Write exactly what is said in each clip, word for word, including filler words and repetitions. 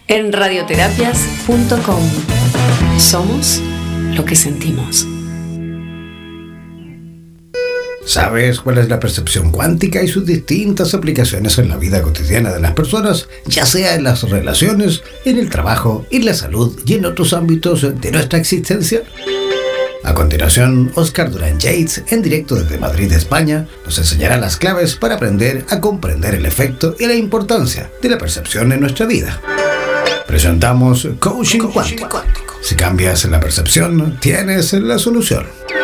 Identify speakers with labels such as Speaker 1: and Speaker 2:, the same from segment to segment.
Speaker 1: en radioterapias punto com. Somos lo que sentimos.
Speaker 2: ¿Sabes cuál es la percepción cuántica y sus distintas aplicaciones en la vida cotidiana de las personas, ya sea en las relaciones, en el trabajo, en la salud y en otros ámbitos de nuestra existencia? A continuación, Óscar Durán Yates, en directo desde Madrid, España, nos enseñará las claves para aprender a comprender el efecto y la importancia de la percepción en nuestra vida. Presentamos Coaching, Coaching cuántico. cuántico. Si cambias la percepción, tienes la solución.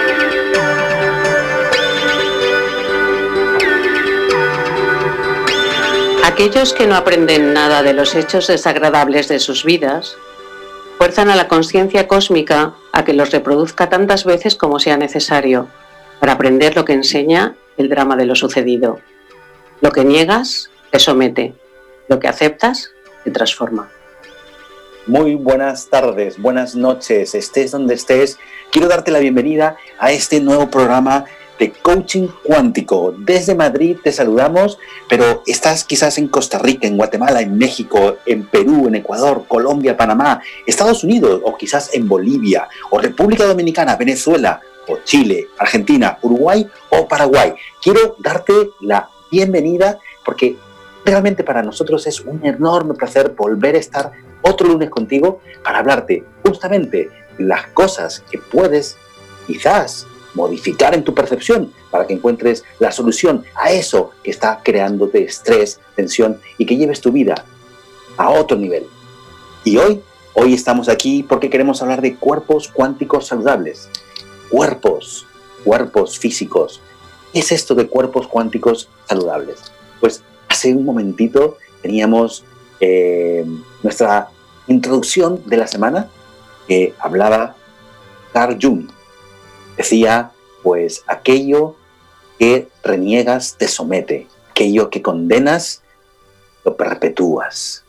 Speaker 3: Aquellos que no aprenden nada de los hechos desagradables de sus vidas, fuerzan a la conciencia cósmica a que los reproduzca tantas veces como sea necesario, para aprender lo que enseña el drama de lo sucedido. Lo que niegas te somete, lo que aceptas te transforma.
Speaker 4: Muy buenas tardes, buenas noches, estés donde estés. Quiero darte la bienvenida a este nuevo programa de Coaching Cuántico. Desde Madrid te saludamos, pero estás quizás en Costa Rica, en Guatemala, en México, en Perú, en Ecuador, Colombia, Panamá, Estados Unidos, o quizás en Bolivia, o República Dominicana, Venezuela, o Chile, Argentina, Uruguay o Paraguay. Quiero darte la bienvenida porque realmente para nosotros es un enorme placer volver a estar otro lunes contigo para hablarte justamente de las cosas que puedes quizás modificar en tu percepción para que encuentres la solución a eso que está creándote estrés, tensión y que lleves tu vida a otro nivel. Y hoy, hoy estamos aquí porque queremos hablar de cuerpos cuánticos saludables. Cuerpos, cuerpos físicos. ¿Qué es esto de cuerpos cuánticos saludables? Pues hace un momentito teníamos eh, nuestra introducción de la semana que hablaba Carl Jung. Decía, pues, aquello que reniegas te somete, aquello que condenas lo perpetúas.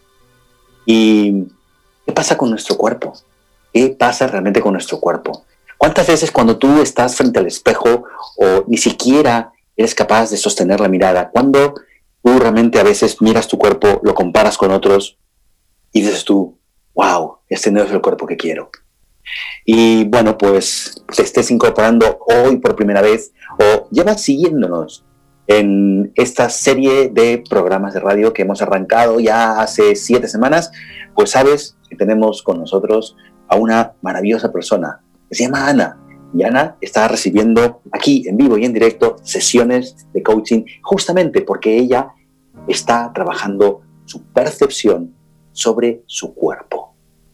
Speaker 4: ¿Y qué pasa con nuestro cuerpo? ¿Qué pasa realmente con nuestro cuerpo? ¿Cuántas veces cuando tú estás frente al espejo o ni siquiera eres capaz de sostener la mirada, cuando tú realmente a veces miras tu cuerpo, lo comparas con otros y dices tú, wow, este no es el cuerpo que quiero? Y bueno, pues te estés incorporando hoy por primera vez o llevas siguiéndonos en esta serie de programas de radio que hemos arrancado ya hace siete semanas, pues sabes que tenemos con nosotros a una maravillosa persona que se llama Ana. Y Ana está recibiendo aquí en vivo y en directo sesiones de coaching justamente porque ella está trabajando su percepción sobre su cuerpo.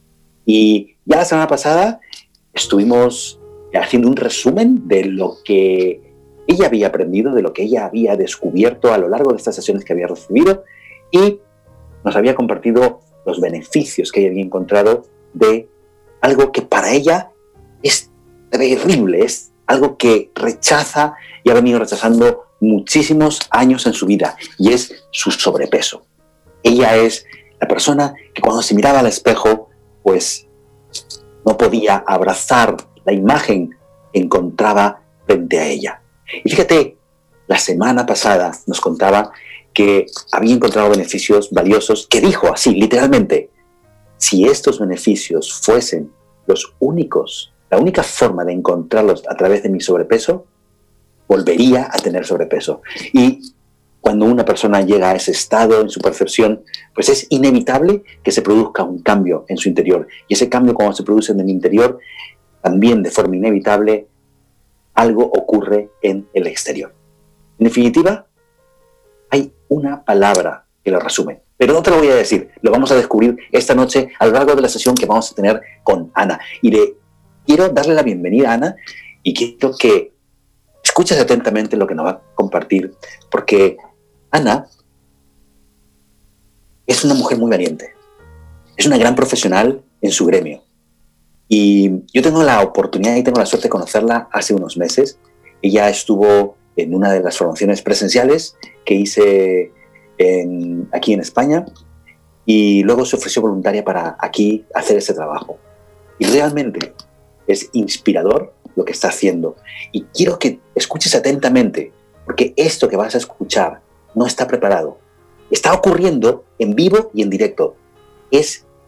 Speaker 4: Y ya la semana pasada estuvimos haciendo un resumen de lo que ella había aprendido, de lo que ella había descubierto a lo largo de estas sesiones que había recibido y nos había compartido los beneficios que ella había encontrado de algo que para ella es terrible, es algo que rechaza y ha venido rechazando muchísimos años en su vida y es su sobrepeso. Ella es la persona que cuando se miraba al espejo pues no podía abrazar la imagen que encontraba frente a ella. Y fíjate, la semana pasada nos contaba que había encontrado beneficios valiosos, que dijo así, literalmente, si estos beneficios fuesen los únicos, la única forma de encontrarlos a través de mi sobrepeso, volvería a tener sobrepeso. Y cuando una persona llega a ese estado en su percepción, pues es inevitable que se produzca un cambio en su interior. Y ese cambio, cuando se produce en el interior, también de forma inevitable, algo ocurre en el exterior. En definitiva, hay una palabra que lo resume. Pero no te lo voy a decir, lo vamos a descubrir esta noche a lo largo de la sesión que vamos a tener con Ana. Y le quiero darle la bienvenida a Ana y quiero que escuches atentamente lo que nos va a compartir, porque Ana es una mujer muy valiente, es una gran profesional en su gremio y yo tengo la oportunidad y tengo la suerte de conocerla hace unos meses. Ella estuvo en una de las formaciones presenciales que hice en, aquí en España y luego se ofreció voluntaria para aquí hacer ese trabajo y realmente es inspirador lo que está haciendo y quiero que escuches atentamente porque esto que vas a escuchar no está preparado. Está ocurriendo en vivo y en directo. Es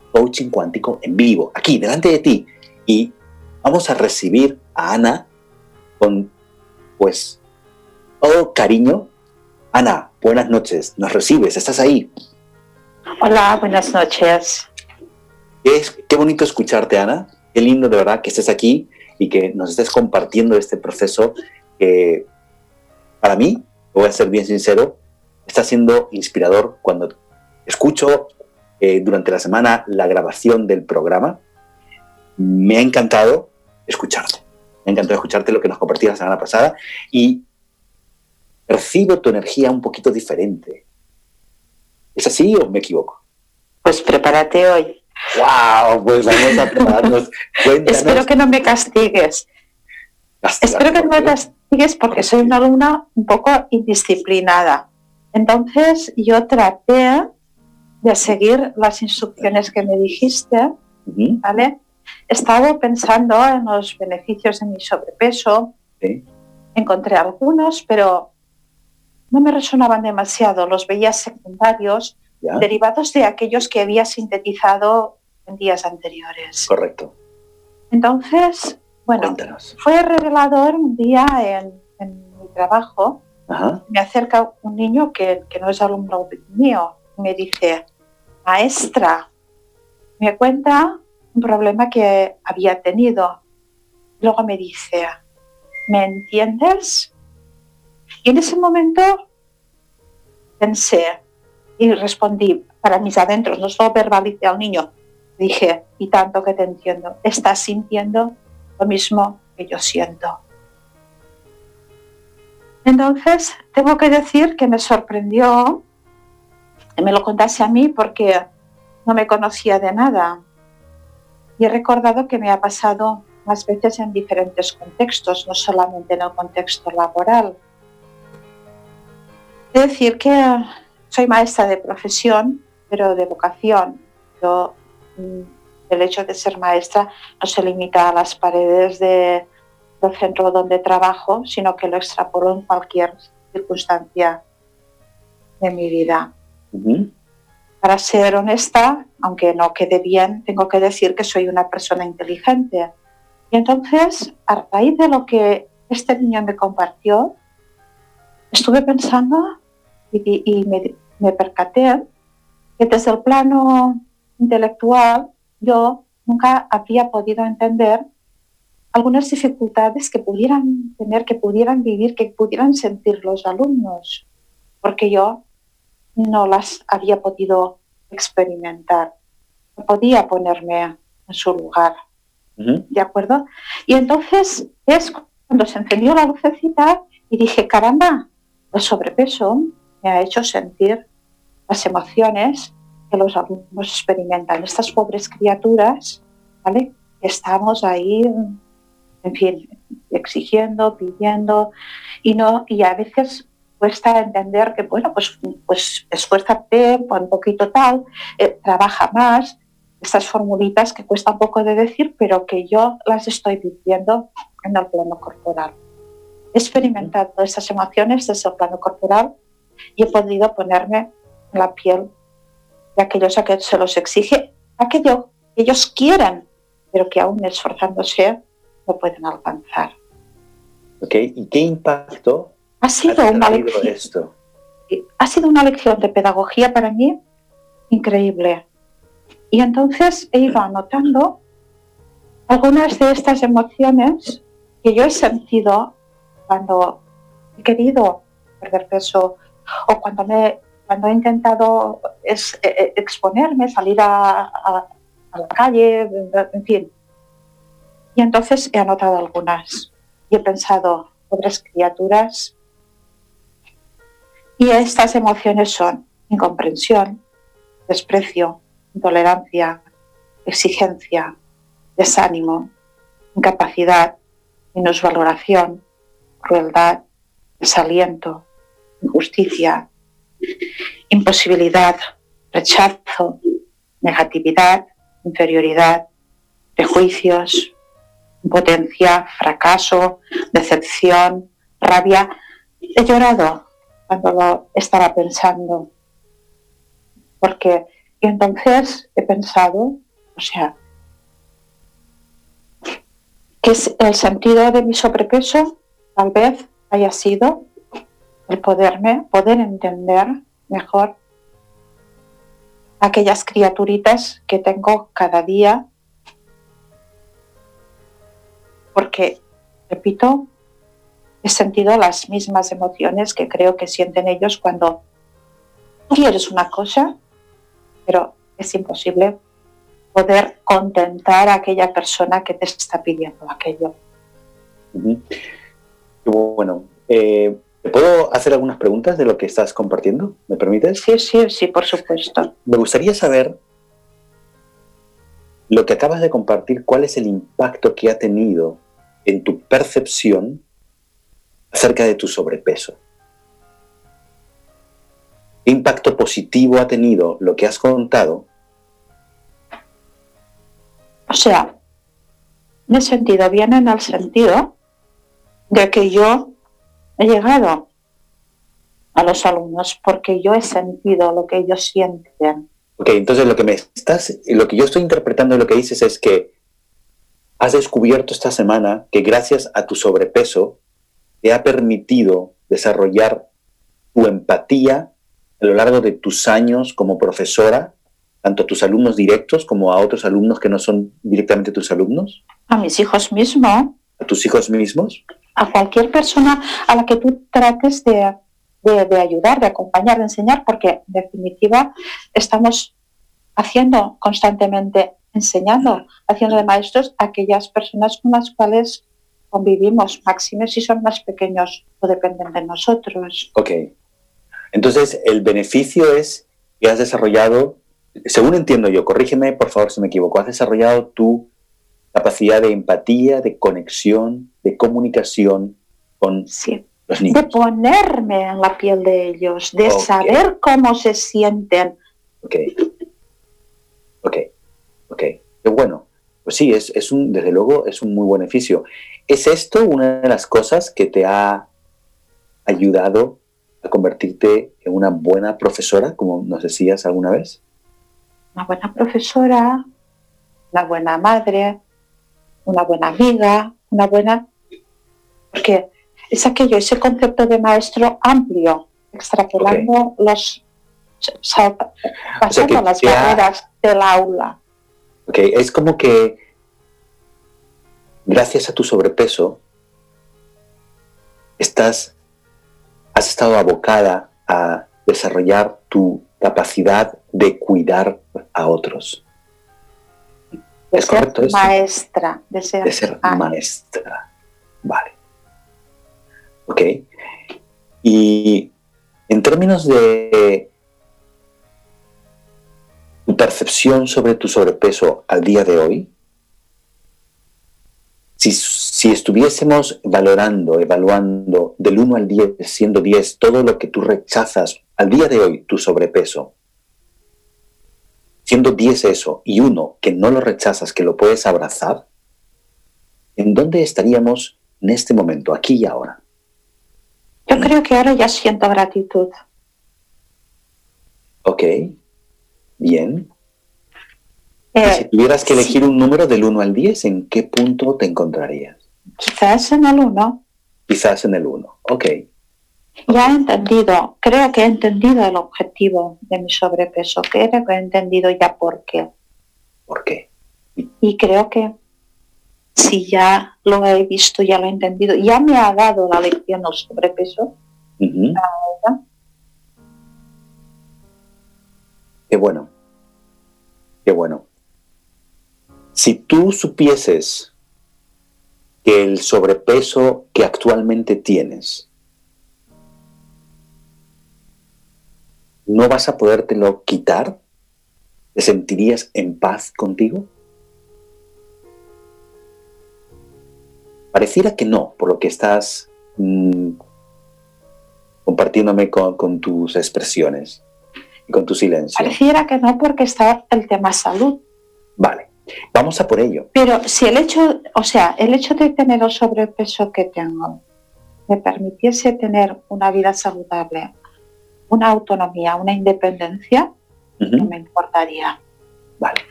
Speaker 4: Coaching Cuántico en vivo, aquí, delante de ti. Y vamos a recibir a Ana con, pues, todo cariño. Ana, buenas noches. ¿Nos recibes? ¿Estás ahí?
Speaker 5: Hola, buenas noches.
Speaker 4: Es, qué bonito escucharte, Ana. Qué lindo, de verdad, que estés aquí y que nos estés compartiendo este proceso que, para mí, voy a ser bien sincero, está siendo inspirador. Cuando escucho eh, durante la semana la grabación del programa, me ha encantado escucharte. Me ha encantado escucharte lo que nos compartías la semana pasada y percibo tu energía un poquito diferente. ¿Es así o me equivoco?
Speaker 5: Pues prepárate hoy.
Speaker 4: ¡Wow! Pues vamos a prepararnos. Cuéntanos.
Speaker 5: Espero que no me castigues.
Speaker 4: Castigar,
Speaker 5: Espero que no me castigues porque soy una alumna un poco indisciplinada. Entonces yo traté de seguir las instrucciones que me dijiste,
Speaker 4: uh-huh.
Speaker 5: ¿vale? He estado pensando en los beneficios de mi sobrepeso.
Speaker 4: Sí.
Speaker 5: Encontré algunos, pero no me resonaban demasiado. Los veía secundarios,
Speaker 4: ¿Ya?
Speaker 5: derivados de aquellos que había sintetizado en días anteriores.
Speaker 4: Correcto.
Speaker 5: Entonces, bueno,
Speaker 4: Cuéntanos.
Speaker 5: fue revelador un día en, en mi trabajo.
Speaker 4: Ajá.
Speaker 5: Me acerca un niño que, que no es alumno mío y me dice: maestra, me cuenta un problema que había tenido. Luego me dice: ¿me entiendes? Y en ese momento pensé y respondí para mis adentros, no solo verbalicé al niño, dije: y tanto que te entiendo, estás sintiendo lo mismo que yo siento. Entonces, tengo que decir que me sorprendió que me lo contase a mí porque no me conocía de nada. Y he recordado que me ha pasado más veces en diferentes contextos, no solamente en el contexto laboral. Es decir, que soy maestra de profesión, pero de vocación. Yo, el hecho de ser maestra no se limita a las paredes de, del centro donde trabajo, sino que lo extrapolo en cualquier circunstancia de mi vida.
Speaker 4: Uh-huh.
Speaker 5: Para ser honesta, aunque no quede bien, tengo que decir que soy una persona inteligente. Y entonces, a raíz de lo que este niño me compartió, estuve pensando y, y me, me percaté que desde el plano intelectual yo nunca había podido entender algunas dificultades que pudieran tener, que pudieran vivir, que pudieran sentir los alumnos, porque yo no las había podido experimentar, no podía ponerme en su lugar.
Speaker 4: Uh-huh.
Speaker 5: ¿De acuerdo? Y entonces es cuando se encendió la lucecita y dije: caramba, el sobrepeso me ha hecho sentir las emociones que los alumnos experimentan. Estas pobres criaturas, ¿vale? Estamos ahí, en fin, exigiendo, pidiendo, y no, y a veces cuesta entender que, bueno, pues, pues esfuérzate, pon un poquito tal, eh, trabaja más, estas formulitas que cuesta un poco de decir, pero que yo las estoy viviendo en el plano corporal. He experimentado estas emociones desde el plano corporal y he podido ponerme en la piel de aquellos a que se los exige aquello que ellos quieren, pero que aún esforzándose no pueden alcanzar.
Speaker 4: Ok, ¿y qué impacto
Speaker 5: ha sido
Speaker 4: ha
Speaker 5: una
Speaker 4: traído
Speaker 5: lección,
Speaker 4: esto?
Speaker 5: Ha sido una lección de pedagogía para mí increíble. Y entonces he ido anotando algunas de estas emociones que yo he sentido cuando he querido perder peso o cuando, me, cuando he intentado es, eh, exponerme, salir a, a, a la calle, en fin. Y entonces he anotado algunas y he pensado: pobres criaturas. Y estas emociones son incomprensión, desprecio, intolerancia, exigencia, desánimo, incapacidad, minusvaloración, crueldad, desaliento, injusticia, imposibilidad, rechazo, negatividad, inferioridad, prejuicios, impotencia, fracaso, decepción, rabia. He llorado cuando lo estaba pensando, porque Y entonces he pensado, o sea, que es el sentido de mi sobrepeso tal vez haya sido el poderme, poder entender mejor aquellas criaturitas que tengo cada día, porque, repito, he sentido las mismas emociones que creo que sienten ellos cuando tú quieres una cosa, pero es imposible poder contentar a aquella persona que te está pidiendo aquello.
Speaker 4: Uh-huh. Bueno, eh, ¿te puedo hacer algunas preguntas de lo que estás compartiendo? ¿Me permites?
Speaker 5: Sí, sí, sí, por supuesto.
Speaker 4: Me gustaría saber lo que acabas de compartir, cuál es el impacto que ha tenido en tu percepción acerca de tu sobrepeso. ¿Qué impacto positivo ha tenido lo que has contado?
Speaker 5: O sea, me he sentido bien en el sentido de que yo he llegado a los alumnos porque yo he sentido lo que ellos sienten.
Speaker 4: Ok, entonces lo que me estás, lo que yo estoy interpretando de lo que dices es que has descubierto esta semana que gracias a tu sobrepeso te ha permitido desarrollar tu empatía a lo largo de tus años como profesora, tanto a tus alumnos directos como a otros alumnos que no son directamente tus alumnos.
Speaker 5: A mis hijos mismos.
Speaker 4: A tus hijos mismos.
Speaker 5: A cualquier persona a la que tú trates de, de, de ayudar, de acompañar, de enseñar, porque en definitiva estamos haciendo constantemente, enseñando, haciendo de maestros a aquellas personas con las cuales convivimos, máxime si son más pequeños o dependen de nosotros.
Speaker 4: Ok. Entonces, el beneficio es que has desarrollado, según entiendo yo, corrígeme por favor si me equivoco, has desarrollado tu capacidad de empatía, de conexión, de comunicación con
Speaker 5: sí.
Speaker 4: los niños.
Speaker 5: De ponerme en la piel de ellos, de
Speaker 4: okay.
Speaker 5: saber cómo se sienten.
Speaker 4: Ok, ok, ok. Qué bueno. Pues sí, es, es un, desde luego es un muy buen beneficio. ¿Es esto una de las cosas que te ha ayudado a convertirte en una buena profesora, como nos decías alguna vez?
Speaker 5: Una buena profesora, una buena madre, una buena amiga, una buena... Porque es aquello, ese concepto de maestro amplio, extrapolando okay. los... Salta, pasando o sea que las barreras ha... del aula.
Speaker 4: Ok, es como que gracias a tu sobrepeso estás, has estado abocada a desarrollar tu capacidad de cuidar a otros.
Speaker 5: De ¿Es ser correcto maestra. Esto? De ser,
Speaker 4: de ser maestra. Vale. Ok. Y en términos de tu percepción sobre tu sobrepeso al día de hoy, si, si estuviésemos valorando, evaluando del uno al diez, siendo diez todo lo que tú rechazas al día de hoy, tu sobrepeso, siendo diez eso y uno que no lo rechazas, que lo puedes abrazar, ¿en dónde estaríamos en este momento, aquí y ahora?
Speaker 5: Yo creo que ahora ya siento gratitud.
Speaker 4: Ok, bien. Eh, y si tuvieras que elegir sí. un número del uno al diez, ¿en qué punto te encontrarías?
Speaker 5: Quizás en el uno.
Speaker 4: Quizás en el uno, ok.
Speaker 5: Ya he entendido, creo que he entendido el objetivo de mi sobrepeso, creo que he entendido ya por qué.
Speaker 4: ¿Por qué?
Speaker 5: Y creo que si ya lo he visto, ya lo he entendido, ya me ha dado la lección del sobrepeso.
Speaker 4: Uh-huh. Qué bueno, qué bueno. Si tú supieses que el sobrepeso que actualmente tienes no vas a podértelo quitar, ¿te sentirías en paz contigo? Pareciera que no, por lo que estás mmm, compartiéndome con, con tus expresiones y con tu silencio.
Speaker 5: Pareciera que no, porque está el tema salud.
Speaker 4: Vale, vamos a por ello.
Speaker 5: Pero si el hecho, o sea, el hecho de tener el sobrepeso que tengo me permitiese tener una vida saludable, una autonomía, una independencia,
Speaker 4: Uh-huh.
Speaker 5: No me importaría.
Speaker 4: Vale.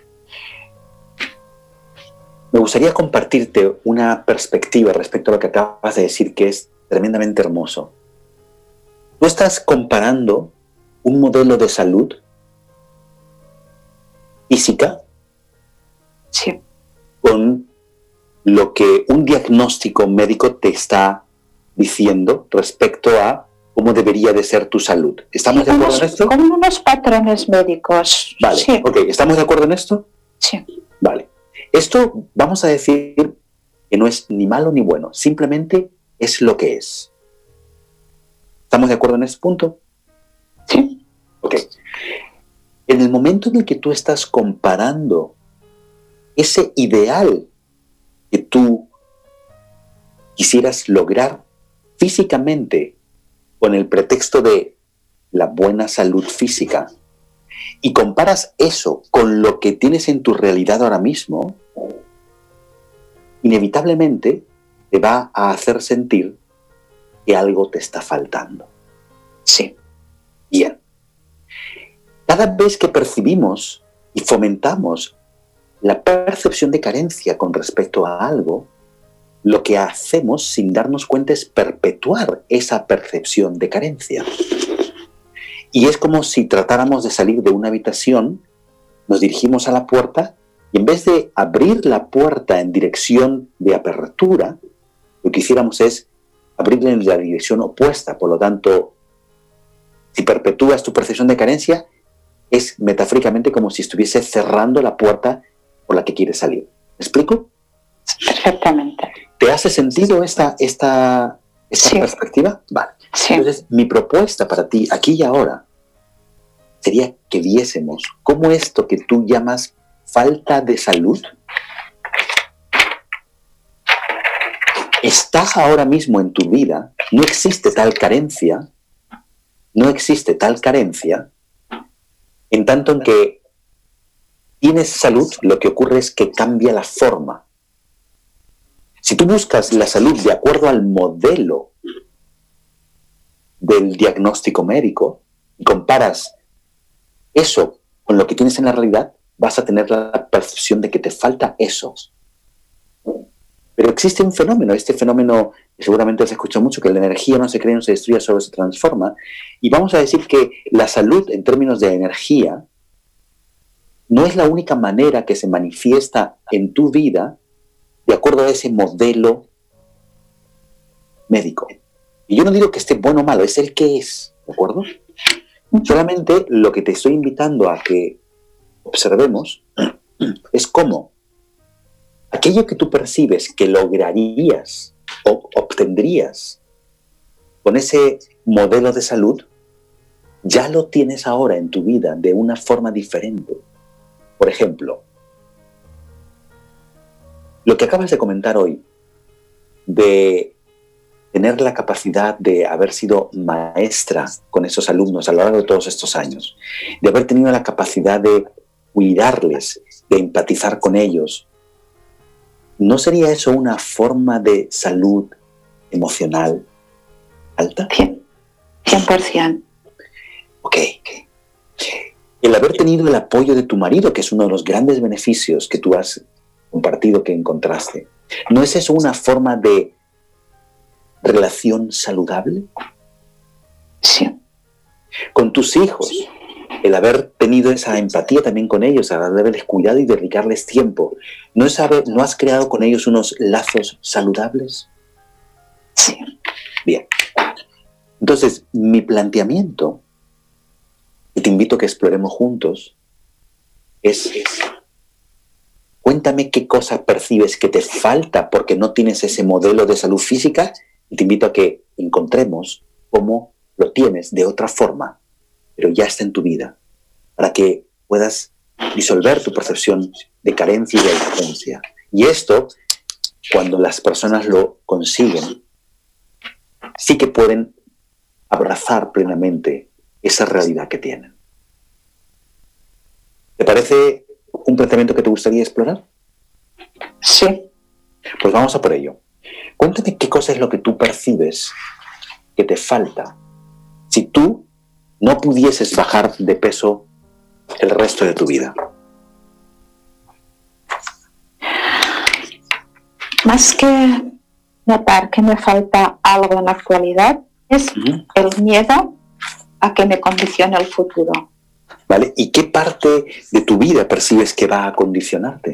Speaker 4: Me gustaría compartirte una perspectiva respecto a lo que acabas de decir, que es tremendamente hermoso. Tú estás comparando un modelo de salud física,
Speaker 5: sí,
Speaker 4: con lo que un diagnóstico médico te está diciendo respecto a cómo debería de ser tu salud. ¿Estamos sí, de acuerdo
Speaker 5: unos,
Speaker 4: en esto?
Speaker 5: Con unos patrones médicos.
Speaker 4: Vale,
Speaker 5: sí.
Speaker 4: Ok, ¿estamos de acuerdo en esto?
Speaker 5: Sí.
Speaker 4: Vale. Esto vamos a decir que no es ni malo ni bueno, simplemente es lo que es. ¿Estamos de acuerdo en este punto?
Speaker 5: Sí.
Speaker 4: Ok. En el momento en el que tú estás comparando ese ideal que tú quisieras lograr físicamente con el pretexto de la buena salud física, y comparas eso con lo que tienes en tu realidad ahora mismo, inevitablemente te va a hacer sentir que algo te está faltando.
Speaker 5: Sí.
Speaker 4: Bien. Cada vez que percibimos y fomentamos la percepción de carencia con respecto a algo, lo que hacemos sin darnos cuenta es perpetuar esa percepción de carencia. Y es como si tratáramos de salir de una habitación, nos dirigimos a la puerta y en vez de abrir la puerta en dirección de apertura, lo que hiciéramos es abrirla en la dirección opuesta. Por lo tanto, si perpetúas tu percepción de carencia, es metafóricamente como si estuviese cerrando la puerta por la que quieres salir. ¿Me explico?
Speaker 5: Perfectamente.
Speaker 4: ¿Te hace sentido esta, esta, esta
Speaker 5: sí.
Speaker 4: perspectiva? Vale.
Speaker 5: Sí.
Speaker 4: Entonces, mi propuesta para ti, aquí y ahora, sería que viésemos cómo esto que tú llamas falta de salud está ahora mismo en tu vida. No existe tal carencia, no existe tal carencia, en tanto en que tienes salud, lo que ocurre es que cambia la forma. Si tú buscas la salud de acuerdo al modelo del diagnóstico médico y comparas eso con lo que tienes en la realidad, vas a tener la percepción de que te falta eso. Pero existe un fenómeno, este fenómeno que seguramente has escuchado mucho, que la energía no se crea, no se destruye, solo se transforma. Y vamos a decir que la salud en términos de energía no es la única manera que se manifiesta en tu vida de acuerdo a ese modelo médico. Y yo no digo que esté bueno o malo, es el que es, ¿de acuerdo? Solamente lo que te estoy invitando a que observemos es cómo aquello que tú percibes que lograrías o obtendrías con ese modelo de salud, ya lo tienes ahora en tu vida de una forma diferente. Por ejemplo, lo que acabas de comentar hoy, de tener la capacidad de haber sido maestra con esos alumnos a lo largo de todos estos años, de haber tenido la capacidad de cuidarles, de empatizar con ellos, ¿no sería eso una forma de salud emocional alta?
Speaker 5: cien por ciento.
Speaker 4: Ok. El haber tenido el apoyo de tu marido, que es uno de los grandes beneficios que tú has compartido, que encontraste, ¿no es eso una forma de relación saludable?
Speaker 5: Sí.
Speaker 4: Con tus hijos, sí. El haber tenido esa empatía también con ellos, el haberles cuidado y dedicarles tiempo, ¿no, es haber, ¿no has creado con ellos unos lazos saludables?
Speaker 5: Sí.
Speaker 4: Bien. Entonces, mi planteamiento, que te invito a que exploremos juntos, es, cuéntame qué cosa percibes que te falta porque no tienes ese modelo de salud física, y te invito a que encontremos cómo lo tienes de otra forma, pero ya está en tu vida, para que puedas disolver tu percepción de carencia y de ausencia. Y esto, cuando las personas lo consiguen, sí que pueden abrazar plenamente esa realidad que tienen. ¿Te parece un planteamiento que te gustaría explorar?
Speaker 5: Sí.
Speaker 4: Pues vamos a por ello. Cuéntame qué cosa es lo que tú percibes que te falta. Si tú no pudieses bajar de peso el resto de tu vida?
Speaker 5: Más que notar que me falta algo en la actualidad, es uh-huh. el miedo a que me condicione el futuro.
Speaker 4: ¿Vale? ¿Y qué parte de tu vida percibes que va a condicionarte?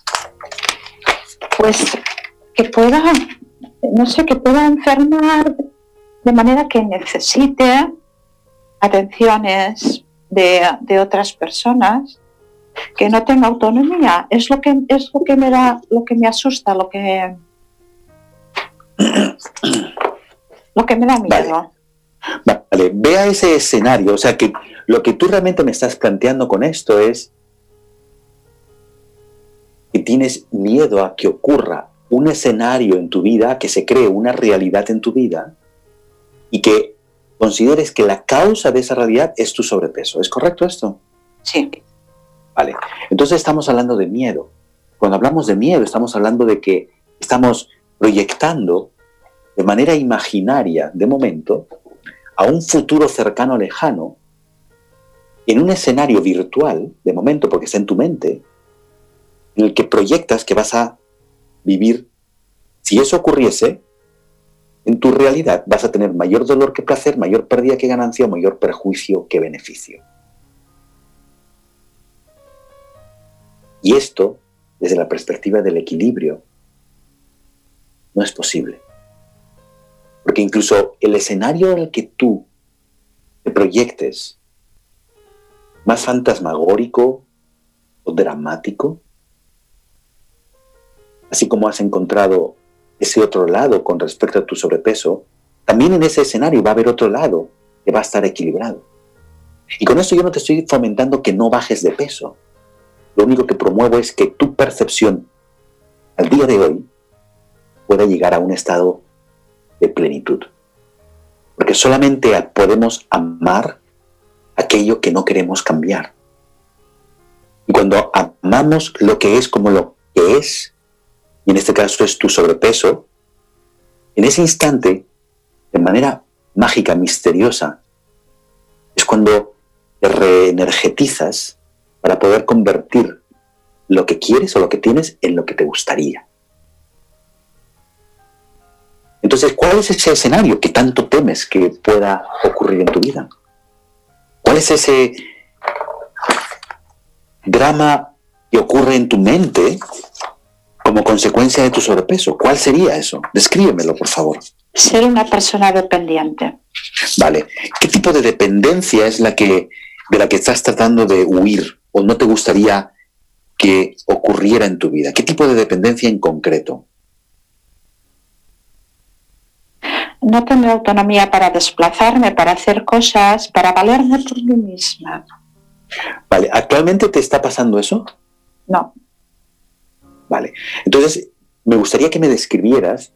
Speaker 5: Pues que pueda, no sé, que pueda enfermar de manera que necesite atenciones de, de otras personas, que no tenga autonomía. Es lo que es lo que me da, lo que me asusta, lo que lo que me da miedo.
Speaker 4: Vale. Vale, vea ese escenario, o sea que lo que tú realmente me estás planteando con esto es que tienes miedo a que ocurra un escenario en tu vida, a que se cree una realidad en tu vida y que consideres que la causa de esa realidad es tu sobrepeso. ¿Es correcto esto?
Speaker 5: Sí.
Speaker 4: Vale, entonces estamos hablando de miedo. Cuando hablamos de miedo estamos hablando de que estamos proyectando de manera imaginaria, de momento, a un futuro cercano lejano, en un escenario virtual, de momento porque está en tu mente, en el que proyectas que vas a vivir. Si eso ocurriese, en tu realidad vas a tener mayor dolor que placer, mayor pérdida que ganancia o mayor perjuicio que beneficio. Y esto, desde la perspectiva del equilibrio, no es posible. Porque incluso el escenario en el que tú te proyectes, más fantasmagórico o dramático, así como has encontrado ese otro lado con respecto a tu sobrepeso, también en ese escenario va a haber otro lado que va a estar equilibrado. Y con esto yo no te estoy fomentando que no bajes de peso. Lo único que promuevo es que tu percepción al día de hoy pueda llegar a un estado de plenitud. Porque solamente podemos amar aquello que no queremos cambiar. Y cuando amamos lo que es como lo que es, y en este caso es tu sobrepeso, en ese instante, de manera mágica, misteriosa, es cuando te reenergetizas para poder convertir lo que quieres o lo que tienes en lo que te gustaría. Entonces, ¿cuál es ese escenario que tanto temes que pueda ocurrir en tu vida? ¿Cuál es ese drama que ocurre en tu mente como consecuencia de tu sobrepeso? ¿Cuál sería eso? Descríbemelo, por favor.
Speaker 5: Ser una persona dependiente.
Speaker 4: Vale. ¿Qué tipo de dependencia es la que, de la que estás tratando de huir o no te gustaría que ocurriera en tu vida? ¿Qué tipo de dependencia en concreto?
Speaker 5: No tener autonomía para desplazarme, para hacer cosas, para valerme por mí misma.
Speaker 4: Vale, ¿actualmente te está pasando eso?
Speaker 5: No.
Speaker 4: Vale, entonces me gustaría que me describieras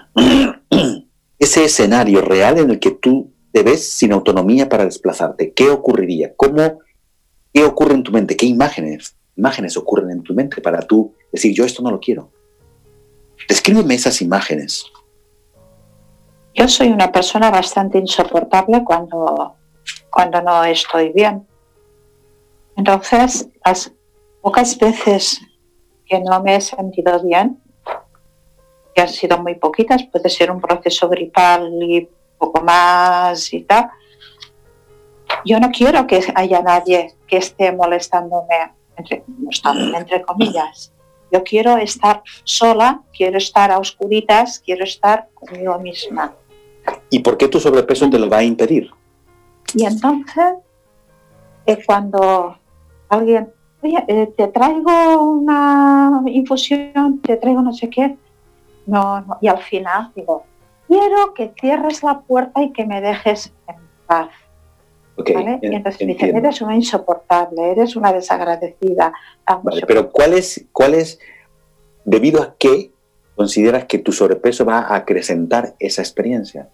Speaker 4: ese escenario real en el que tú te ves sin autonomía para desplazarte. ¿Qué ocurriría? ¿Cómo, qué ocurre en tu mente? ¿Qué imágenes, imágenes ocurren en tu mente para tú decir, yo esto no lo quiero? Descríbeme esas imágenes.
Speaker 5: Yo soy una persona bastante insoportable cuando, cuando no estoy bien. Entonces, las pocas veces que no me he sentido bien, que han sido muy poquitas, puede ser un proceso gripal y poco más y tal, yo no quiero que haya nadie que esté molestándome, entre, entre comillas. Yo quiero estar sola, quiero estar a oscuritas, quiero estar conmigo misma.
Speaker 4: ¿Y por qué tu sobrepeso te lo va a impedir?
Speaker 5: Y entonces, eh, cuando alguien, oye, eh, te traigo una infusión, te traigo no sé qué, no, no, y al final digo, quiero que cierres la puerta y que me dejes en paz.
Speaker 4: Okay,
Speaker 5: ¿vale?
Speaker 4: en,
Speaker 5: Y entonces
Speaker 4: entiendo.
Speaker 5: me dicen, eres una insoportable, eres una desagradecida.
Speaker 4: Vale, pero ¿cuál es, cuál es, debido a qué consideras que tu sobrepeso va a acrecentar esa experiencia?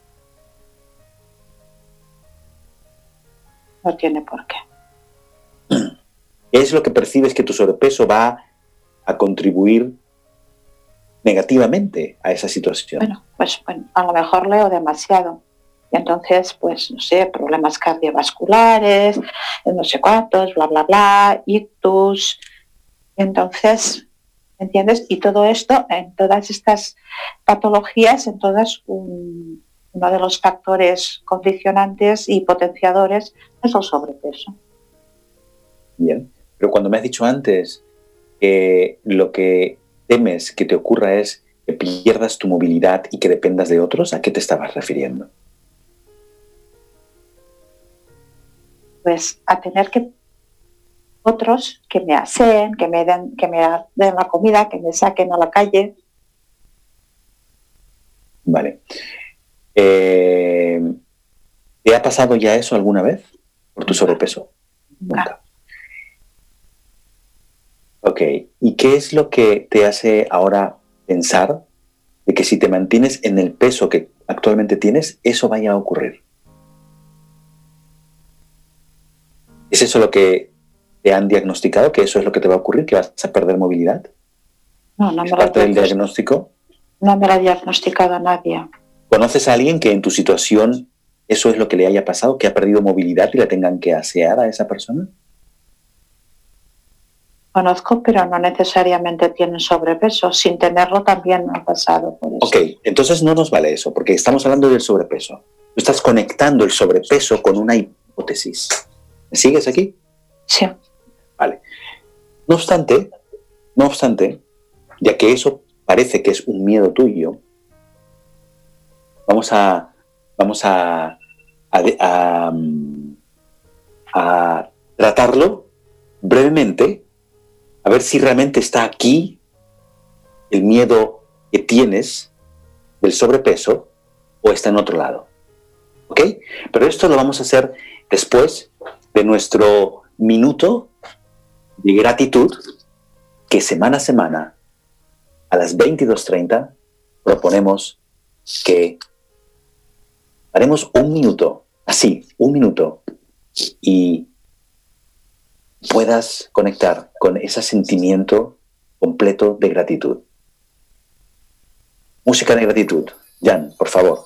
Speaker 5: No tiene por qué.
Speaker 4: ¿Qué es lo que percibes que tu sobrepeso va a contribuir negativamente a esa situación?
Speaker 5: Bueno, pues bueno, a lo mejor leo demasiado. Y entonces, pues, no sé, problemas cardiovasculares, no sé cuántos, bla, bla, bla, ictus. Entonces, ¿entiendes? Y todo esto, en todas estas patologías, en todas, un, uno de los factores condicionantes y potenciadores es el sobrepeso.
Speaker 4: Bien, pero cuando me has dicho antes que lo que temes que te ocurra es que pierdas tu movilidad y que dependas de otros, ¿a qué te estabas refiriendo?
Speaker 5: Pues a tener que otros que me aseen, que me den, que me den la comida, que me saquen a la calle.
Speaker 4: Vale. Eh, ¿Te ha pasado ya eso alguna vez por tu sobrepeso? Nunca. Ok. ¿Y qué es lo que te hace ahora pensar de que si te mantienes en el peso que actualmente tienes, eso vaya a ocurrir? ¿Es eso lo que te han diagnosticado? ¿Que eso es lo que te va a ocurrir? ¿Que vas a perder movilidad?
Speaker 5: No, no me
Speaker 4: ¿Es
Speaker 5: lo
Speaker 4: parte del
Speaker 5: diagnost-
Speaker 4: diagnóstico?
Speaker 5: No me lo ha diagnosticado nadie.
Speaker 4: ¿Conoces a alguien que en tu situación eso es lo que le haya pasado, que ha perdido movilidad y la tengan que asear a esa persona?
Speaker 5: Conozco, pero no necesariamente tienen sobrepeso. Sin tenerlo también me ha pasado por eso.
Speaker 4: Ok, entonces no nos vale eso, porque estamos hablando del sobrepeso. Tú estás conectando el sobrepeso con una hipótesis. ¿Me sigues aquí?
Speaker 5: Sí.
Speaker 4: Vale. No obstante, no obstante, ya que eso parece que es un miedo tuyo, vamos a, vamos a, a, a, a tratarlo brevemente, a ver si realmente está aquí el miedo que tienes del sobrepeso o está en otro lado. ¿Ok? Pero esto lo vamos a hacer después de nuestro minuto de gratitud que semana a semana a las veintidós treinta proponemos que haremos un minuto, así, un minuto, y puedas conectar con ese sentimiento completo de gratitud. Música de gratitud. Jan, por favor.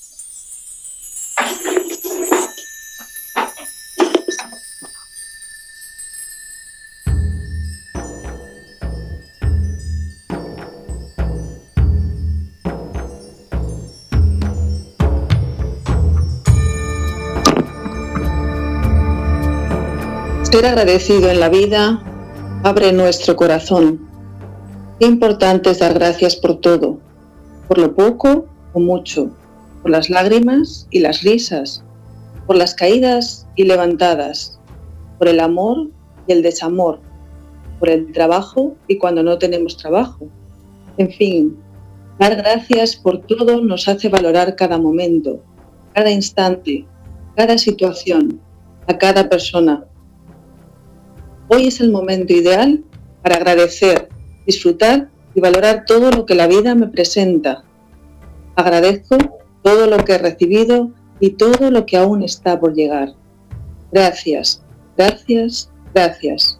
Speaker 6: Ser agradecido en la vida abre nuestro corazón. Qué importante es dar gracias por todo, por lo poco o mucho, por las lágrimas y las risas, por las caídas y levantadas, por el amor y el desamor, por el trabajo y cuando no tenemos trabajo. En fin, dar gracias por todo nos hace valorar cada momento, cada instante, cada situación, a cada persona. Hoy es el momento ideal para agradecer, disfrutar y valorar todo lo que la vida me presenta. Agradezco todo lo que he recibido y todo lo que aún está por llegar. Gracias, gracias, gracias.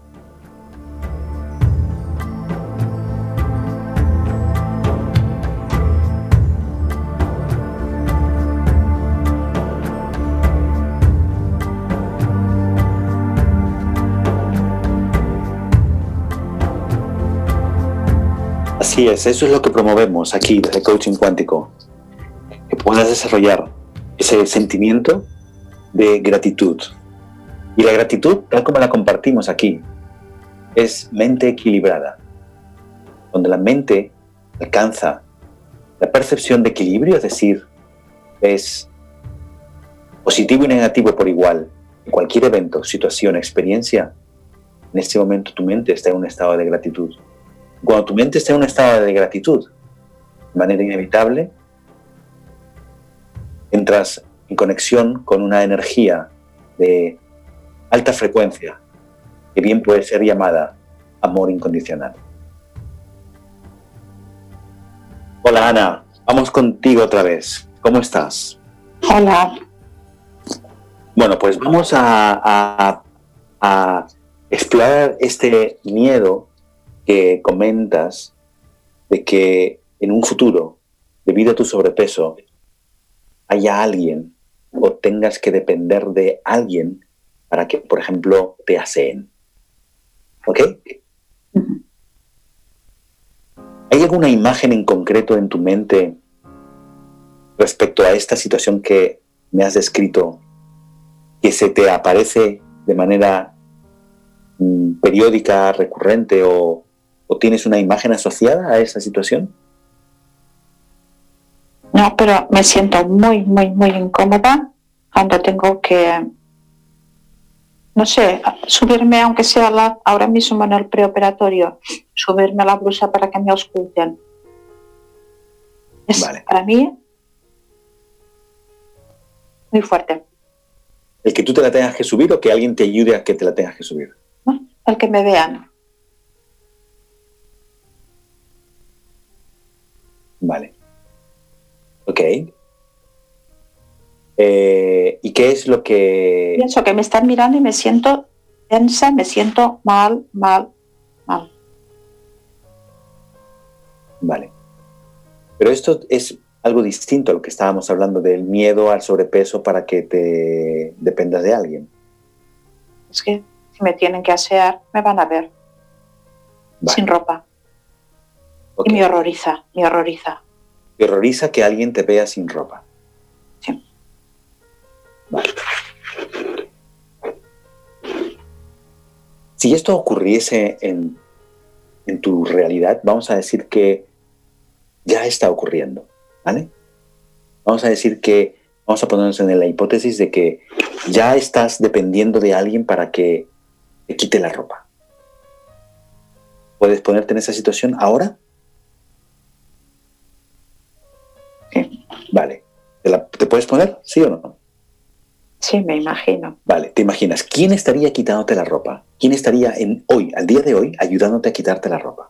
Speaker 4: Así es, eso es lo que promovemos aquí desde Coaching Cuántico, que puedas desarrollar ese sentimiento de gratitud. Y la gratitud, tal como la compartimos aquí, es mente equilibrada. Donde la mente alcanza la percepción de equilibrio, es decir, es positivo y negativo por igual, en cualquier evento, situación, experiencia, en este momento tu mente está en un estado de gratitud. Cuando tu mente está en un estado de gratitud, de manera inevitable, entras en conexión con una energía de alta frecuencia, que bien puede ser llamada amor incondicional. Hola Ana, vamos contigo otra vez. ¿Cómo estás?
Speaker 5: Hola.
Speaker 4: Bueno, pues vamos a, a, a explorar este miedo que comentas de que en un futuro, debido a tu sobrepeso, haya alguien o tengas que depender de alguien para que, por ejemplo, te aseen. ¿Ok?
Speaker 5: Ujú.
Speaker 4: ¿Hay alguna imagen en concreto en tu mente respecto a esta situación que me has descrito que se te aparece de manera mm, periódica, recurrente, o, o tienes una imagen asociada a esa situación?
Speaker 5: No, pero me siento muy, muy, muy incómoda cuando tengo que, no sé, subirme, aunque sea la, ahora mismo en el preoperatorio, subirme a la blusa para que me ausculten. Es
Speaker 4: Vale.
Speaker 5: para mí muy fuerte,
Speaker 4: ¿El que tú te la tengas que subir o que alguien te ayude a que te la tengas que subir?
Speaker 5: ¿no? El que me vean.
Speaker 4: Vale. Ok. Eh, ¿Y qué es lo que...?
Speaker 5: Pienso que me están mirando y me siento tensa, me siento mal, mal, mal.
Speaker 4: Vale. Pero esto es algo distinto a lo que estábamos hablando del miedo al sobrepeso para que te dependas de alguien.
Speaker 5: Es que si me tienen que asear, me van a ver
Speaker 4: Vale.
Speaker 5: sin ropa.
Speaker 4: Ok.
Speaker 5: Y me horroriza, me horroriza.
Speaker 4: Te horroriza que alguien te vea sin ropa.
Speaker 5: Sí.
Speaker 4: Vale. Si esto ocurriese en, en tu realidad, vamos a decir que ya está ocurriendo, ¿vale? Vamos a decir que, vamos a ponernos en la hipótesis de que ya estás dependiendo de alguien para que te quite la ropa. ¿Puedes ponerte en esa situación ahora?
Speaker 5: Sí.
Speaker 4: Vale. ¿Te, la, ¿Te puedes poner? ¿Sí o no?
Speaker 5: Sí, me imagino.
Speaker 4: Vale, te imaginas, ¿quién estaría quitándote la ropa? ¿Quién estaría en hoy, al día de hoy, ayudándote a quitarte la ropa?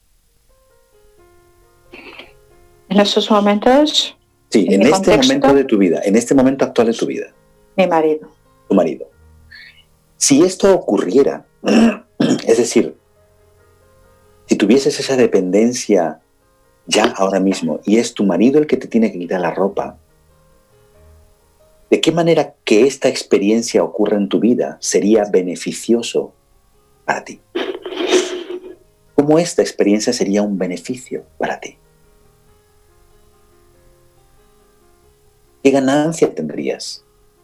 Speaker 5: En esos momentos,
Speaker 4: Sí,
Speaker 5: en
Speaker 4: en
Speaker 5: mi
Speaker 4: este
Speaker 5: contexto,
Speaker 4: momento de tu vida, en este momento actual de tu vida,
Speaker 5: mi marido.
Speaker 4: tu marido. Si esto ocurriera, es decir, si tuvieses esa dependencia ya ahora mismo y es tu marido el que te tiene que quitar la ropa, ¿de qué manera que esta experiencia ocurra en tu vida sería beneficioso para ti? ¿Cómo esta experiencia sería un beneficio para ti? ¿Qué ganancia tendrías?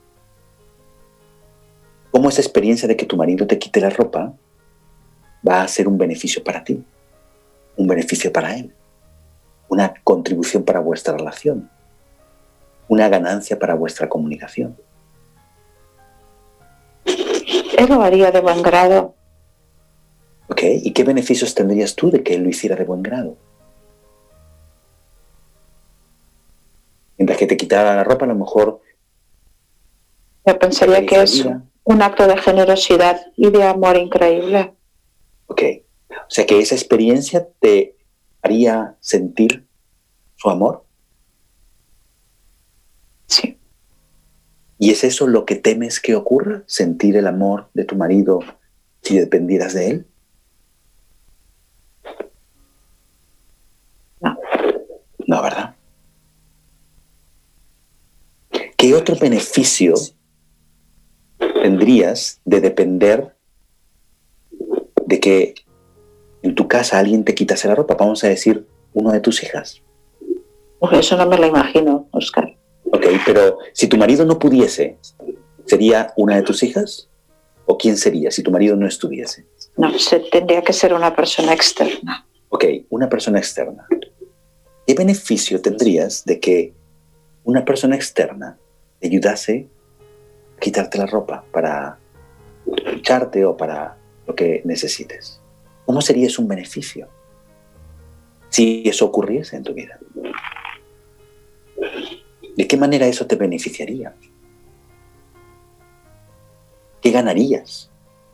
Speaker 4: ¿Cómo esa experiencia de que tu marido te quite la ropa va a ser un beneficio para ti? Un beneficio para él. Una contribución para vuestra relación. Una ganancia para vuestra comunicación.
Speaker 5: Él lo haría de buen grado.
Speaker 4: ¿Ok? ¿Y qué beneficios tendrías tú de que él lo hiciera de buen grado? Mientras que te quitara la ropa, a lo mejor...
Speaker 5: Yo pensaría que es un acto de generosidad y de amor increíble.
Speaker 4: Ok. O sea que esa experiencia te haría sentir su amor.
Speaker 5: Sí.
Speaker 4: ¿Y es eso lo que temes que ocurra? ¿Sentir el amor de tu marido si dependieras de él?
Speaker 5: No.
Speaker 4: No, ¿verdad? ¿Qué otro beneficio tendrías de depender de que en tu casa alguien te quitase la ropa? Vamos a decir, uno de tus hijas.
Speaker 5: Uf, eso no me lo imagino, Óscar.
Speaker 4: Ok, pero si tu marido no pudiese, ¿sería una de tus hijas? ¿O quién sería si tu marido no estuviese?
Speaker 5: No, se, tendría que ser una persona externa.
Speaker 4: Ok, una persona externa. ¿Qué beneficio tendrías de que una persona externa te ayudase a quitarte la ropa para lucharte o para lo que necesites? ¿Cómo sería eso un beneficio si eso ocurriese en tu vida? ¿De qué manera eso te beneficiaría? ¿Qué ganarías?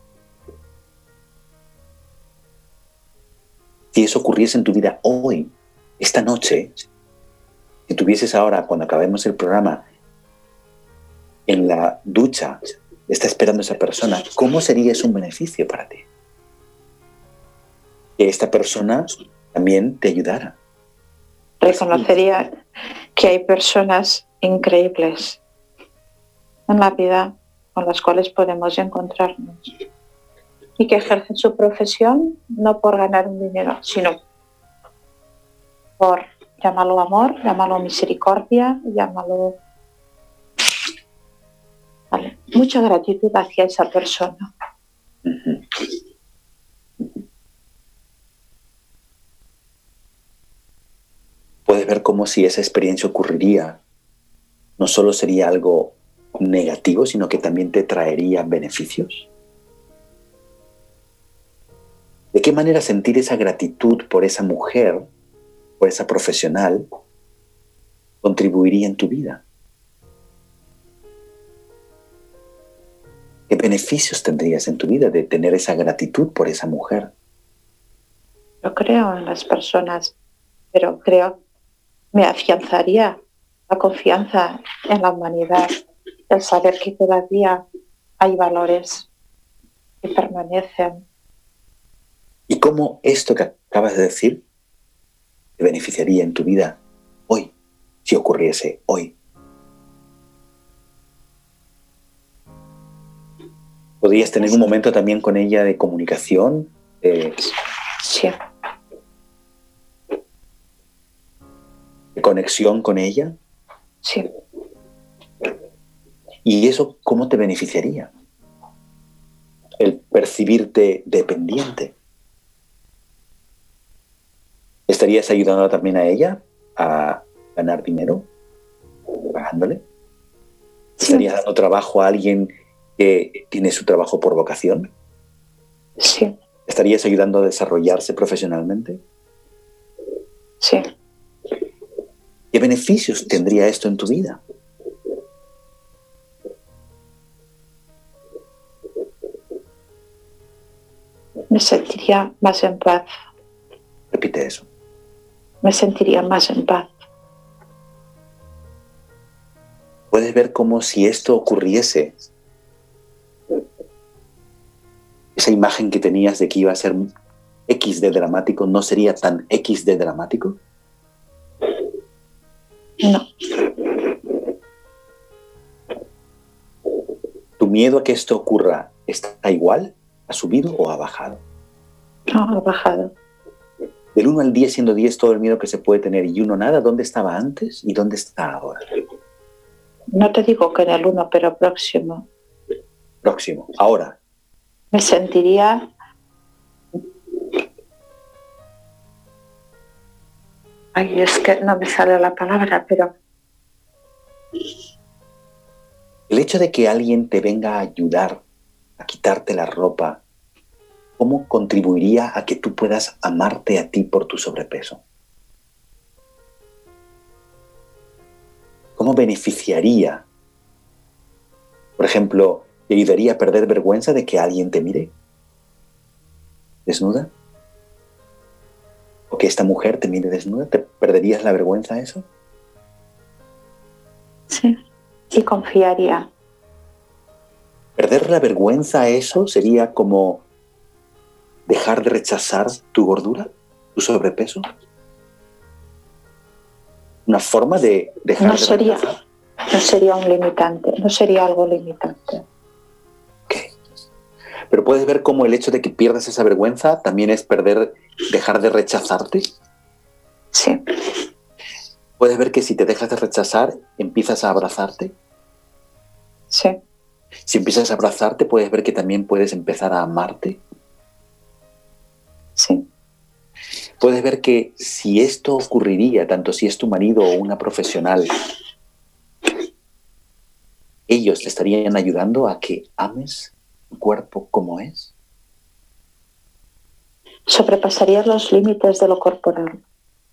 Speaker 4: Si eso ocurriese en tu vida hoy, esta noche, si tuvieses ahora, cuando acabemos el programa, en la ducha, está esperando esa persona, ¿cómo sería eso un beneficio para ti? Que esta persona también te ayudara.
Speaker 5: Reconocería que hay personas increíbles en la vida con las cuales podemos encontrarnos y que ejercen su profesión no por ganar un dinero, sino por, llámalo amor, llámalo misericordia, llámalo... Vale. Mucha gratitud hacia esa persona.
Speaker 4: Uh-huh. Puedes ver cómo si esa experiencia ocurriría, no solo sería algo negativo, sino que también te traería beneficios. ¿De qué manera sentir esa gratitud por esa mujer, por esa profesional, contribuiría en tu vida? ¿Qué beneficios tendrías en tu vida de tener esa gratitud por esa mujer?
Speaker 5: Yo creo en las personas, pero creo me afianzaría la confianza en la humanidad, el saber que todavía hay valores que permanecen.
Speaker 4: ¿Y cómo esto que acabas de decir te beneficiaría en tu vida hoy, si ocurriese hoy? ¿Podrías tener un momento también con ella de comunicación? De,
Speaker 5: sí.
Speaker 4: ¿De conexión con ella?
Speaker 5: Sí.
Speaker 4: ¿Y eso cómo te beneficiaría? El percibirte dependiente. ¿Estarías ayudando también a ella a ganar dinero? ¿Pagándole? ¿Estarías dando trabajo a alguien que tiene su trabajo por vocación?
Speaker 5: Sí.
Speaker 4: ¿Estarías ayudando a desarrollarse profesionalmente?
Speaker 5: Sí.
Speaker 4: ¿Qué beneficios tendría esto en tu vida?
Speaker 5: Me sentiría más en paz.
Speaker 4: Repite eso.
Speaker 5: Me sentiría más en paz.
Speaker 4: Puedes ver cómo si esto ocurriese, esa imagen que tenías de que iba a ser X de dramático no sería tan X de dramático.
Speaker 5: No.
Speaker 4: ¿Tu miedo a que esto ocurra está igual? ¿Ha subido o ha bajado?
Speaker 5: No, ha bajado.
Speaker 4: Del uno al diez, siendo diez todo el miedo que se puede tener y uno nada, ¿dónde estaba antes y dónde está ahora?
Speaker 5: No te digo que en el uno, pero próximo.
Speaker 4: Próximo. Ahora.
Speaker 5: Me sentiría... Ay, es que no me sale la palabra, pero...
Speaker 4: El hecho de que alguien te venga a ayudar a quitarte la ropa, ¿cómo contribuiría a que tú puedas amarte a ti por tu sobrepeso? ¿Cómo beneficiaría? Por ejemplo, ¿te ayudaría a perder vergüenza de que alguien te mire desnuda? ¿O que esta mujer te mire desnuda? ¿Te perderías la vergüenza a eso?
Speaker 5: Sí, y confiaría.
Speaker 4: ¿Perder la vergüenza a eso sería como dejar de rechazar tu gordura, tu sobrepeso? ¿Una forma de dejar
Speaker 5: no
Speaker 4: de
Speaker 5: sería,
Speaker 4: rechazar?
Speaker 5: No sería un limitante, no sería algo limitante.
Speaker 4: Okay. Pero puedes ver cómo el hecho de que pierdas esa vergüenza también es perder, dejar de rechazarte.
Speaker 5: Sí.
Speaker 4: Puedes ver que si te dejas de rechazar, empiezas a abrazarte.
Speaker 5: Sí.
Speaker 4: Si empiezas a abrazarte, puedes ver que también puedes empezar a amarte.
Speaker 5: Sí.
Speaker 4: Puedes ver que si esto ocurriría, tanto si es tu marido o una profesional, ellos te estarían ayudando a que ames tu cuerpo como es.
Speaker 5: Sobrepasaría los límites de lo corporal.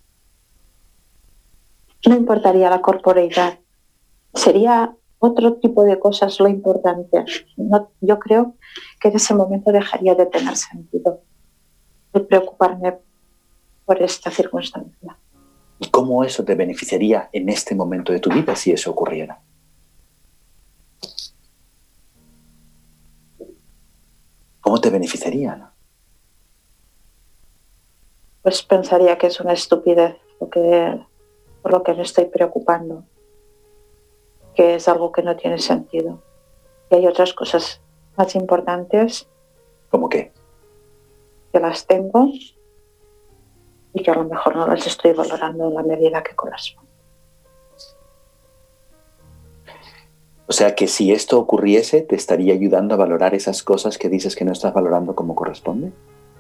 Speaker 5: No importaría la corporeidad. Sería otro tipo de cosas lo importante. No, yo creo que en ese momento dejaría de tener sentido el preocuparme por esta circunstancia.
Speaker 4: ¿Y cómo eso te beneficiaría en este momento de tu vida si eso ocurriera? ¿Cómo te beneficiaría, Ana?
Speaker 5: Pues pensaría que es una estupidez lo que, por lo que me estoy preocupando, que es algo que no tiene sentido. Y hay otras cosas más importantes.
Speaker 4: ¿Cómo qué?
Speaker 5: Que las tengo y que a lo mejor no las estoy valorando en la medida que corresponde.
Speaker 4: O sea que si esto ocurriese, ¿te estaría ayudando a valorar esas cosas que dices que no estás valorando como corresponde?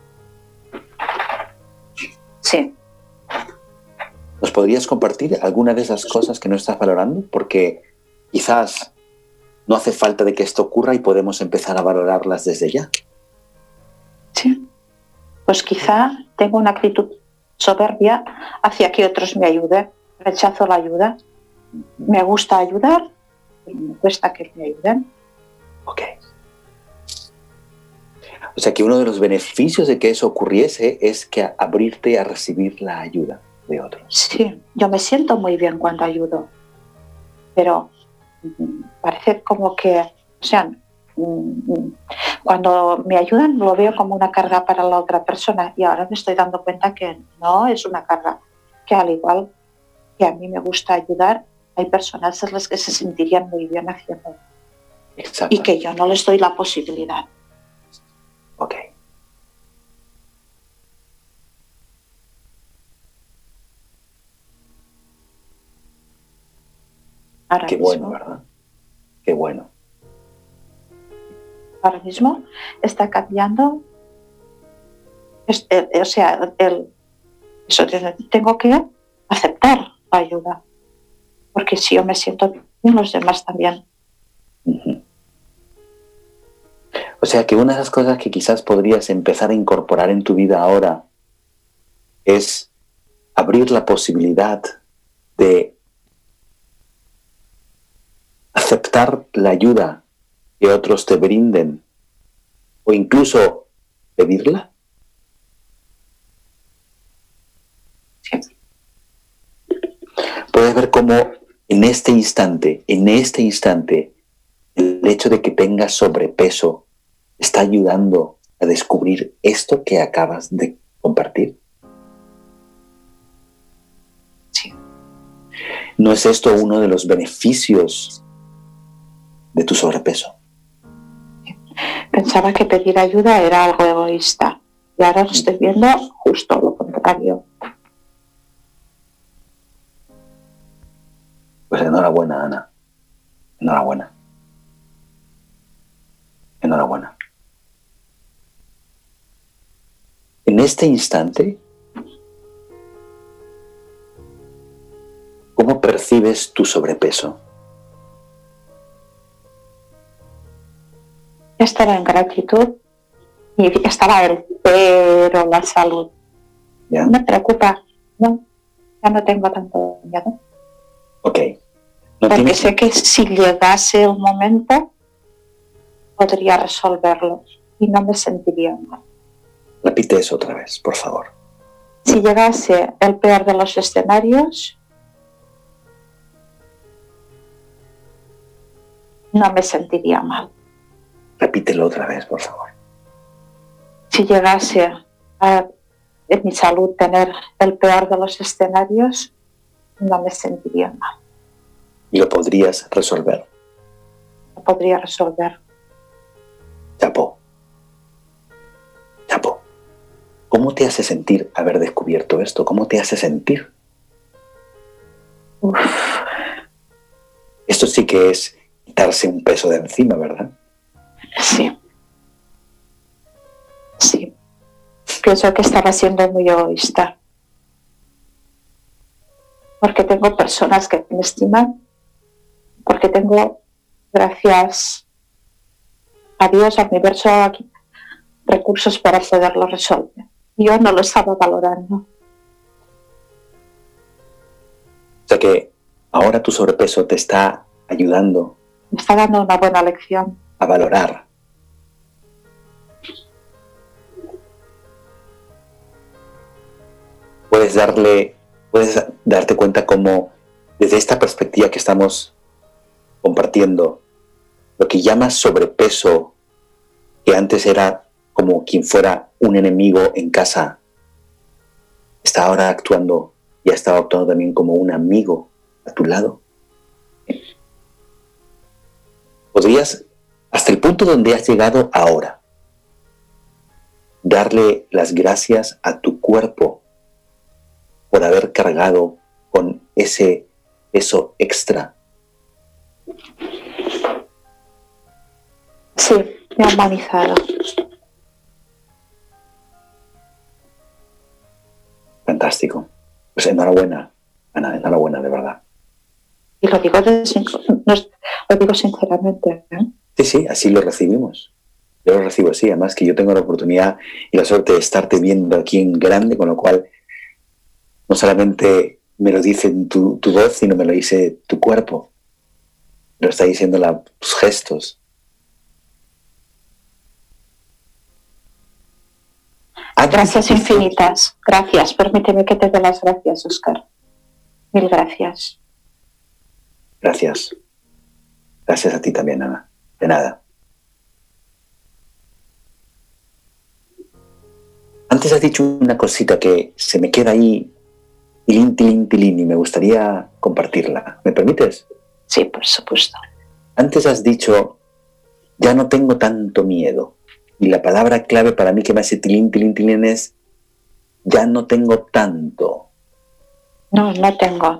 Speaker 5: Sí.
Speaker 4: ¿Nos podrías compartir alguna de esas cosas que no estás valorando? Porque quizás no hace falta de que esto ocurra y podemos empezar a valorarlas desde ya.
Speaker 5: Sí. Pues quizá tengo una actitud soberbia hacia que otros me ayuden. Rechazo la ayuda. Me gusta ayudar, pero me cuesta que me ayuden.
Speaker 4: Ok. O sea que uno de los beneficios de que eso ocurriese es que abrirte a recibir la ayuda de otros.
Speaker 5: Sí, yo me siento muy bien cuando ayudo, pero parece como que, o sea, cuando me ayudan lo veo como una carga para la otra persona y ahora me estoy dando cuenta que no es una carga, que al igual que a mí me gusta ayudar, hay personas en las que se sentirían muy bien haciendo.
Speaker 4: Exacto.
Speaker 5: Y que yo no les doy la posibilidad.
Speaker 4: Ok.
Speaker 5: Ahora
Speaker 4: Qué
Speaker 5: mismo,
Speaker 4: bueno, ¿verdad? Qué bueno.
Speaker 5: Ahora mismo está cambiando, este, o sea, el, eso, tengo que aceptar la ayuda, porque si yo me siento bien, los demás también.
Speaker 4: Uh-huh. O sea que una de las cosas que quizás podrías empezar a incorporar en tu vida ahora es abrir la posibilidad de aceptar la ayuda que otros te brinden o incluso pedirla.
Speaker 5: Sí.
Speaker 4: Puedes ver cómo en este instante, en este instante, el hecho de que tengas sobrepeso está ayudando a descubrir esto que acabas de compartir.
Speaker 5: Sí.
Speaker 4: ¿No es esto uno de los beneficios de tu sobrepeso?
Speaker 5: Pensaba que pedir ayuda era algo egoísta y ahora estoy viendo justo lo contrario.
Speaker 4: Pues enhorabuena, Ana. Enhorabuena. Enhorabuena. En este instante, ¿cómo percibes tu sobrepeso?
Speaker 5: Estaba en gratitud y estaba el pero la salud.
Speaker 4: ¿Ya?
Speaker 5: No me preocupa, no, ya no tengo tanto miedo.
Speaker 4: Ok. ¿No
Speaker 5: Porque
Speaker 4: tienes...
Speaker 5: sé que si llegase un momento podría resolverlo y no me sentiría mal.
Speaker 4: Repite eso otra vez, por favor.
Speaker 5: Si llegase el peor de los escenarios, no me sentiría mal.
Speaker 4: Repítelo otra vez, por favor.
Speaker 5: Si llegase a en mi salud tener el peor de los escenarios, no me sentiría mal.
Speaker 4: Y lo podrías resolver.
Speaker 5: Lo podría resolver.
Speaker 4: Chapo. Chapo. ¿Cómo te hace sentir haber descubierto esto? ¿Cómo te hace sentir?
Speaker 5: Uf.
Speaker 4: Esto sí que es quitarse un peso de encima, ¿verdad?
Speaker 5: Sí. Sí. Pienso que estaba siendo muy egoísta. Porque tengo personas que me estiman. Porque tengo, gracias a Dios, al universo, aquí, recursos para poderlo resolver. Yo no lo estaba valorando.
Speaker 4: O sea que ahora tu sobrepeso te está ayudando.
Speaker 5: Me está dando una buena lección.
Speaker 4: A valorar. Puedes darle, puedes darte cuenta cómo desde esta perspectiva que estamos compartiendo, lo que llamas sobrepeso, que antes era como quien fuera un enemigo en casa, está ahora actuando y ha estado actuando también como un amigo a tu lado. ¿Podrías hasta el punto donde has llegado ahora. Darle las gracias a tu cuerpo por haber cargado con ese peso extra.
Speaker 5: Sí, me ha humanizado.
Speaker 4: Fantástico. Pues enhorabuena, Ana, enhorabuena, de verdad.
Speaker 5: Y lo digo, de, no, lo digo sinceramente, ¿eh?
Speaker 4: Sí, sí, así lo recibimos. Yo lo recibo así, además que yo tengo la oportunidad y la suerte de estarte viendo aquí en grande, con lo cual no solamente me lo dice tu, tu voz, sino me lo dice tu cuerpo. Lo está diciendo la, tus gestos.
Speaker 5: Gracias infinitas. Gracias. Permíteme que te dé las gracias, Óscar. Mil gracias.
Speaker 4: Gracias. Gracias a ti también, Ana. De nada. Antes has dicho una cosita que se me queda ahí, tilín, tilín, tilín, y me gustaría compartirla. ¿Me permites?
Speaker 5: Sí, por supuesto.
Speaker 4: Antes has dicho, ya no tengo tanto miedo. Y la palabra clave para mí que me hace tilín, tilín, tilín es, ya no tengo tanto.
Speaker 5: No, no tengo.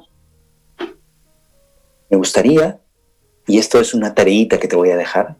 Speaker 4: Me gustaría, y esto es una tareita que te voy a dejar,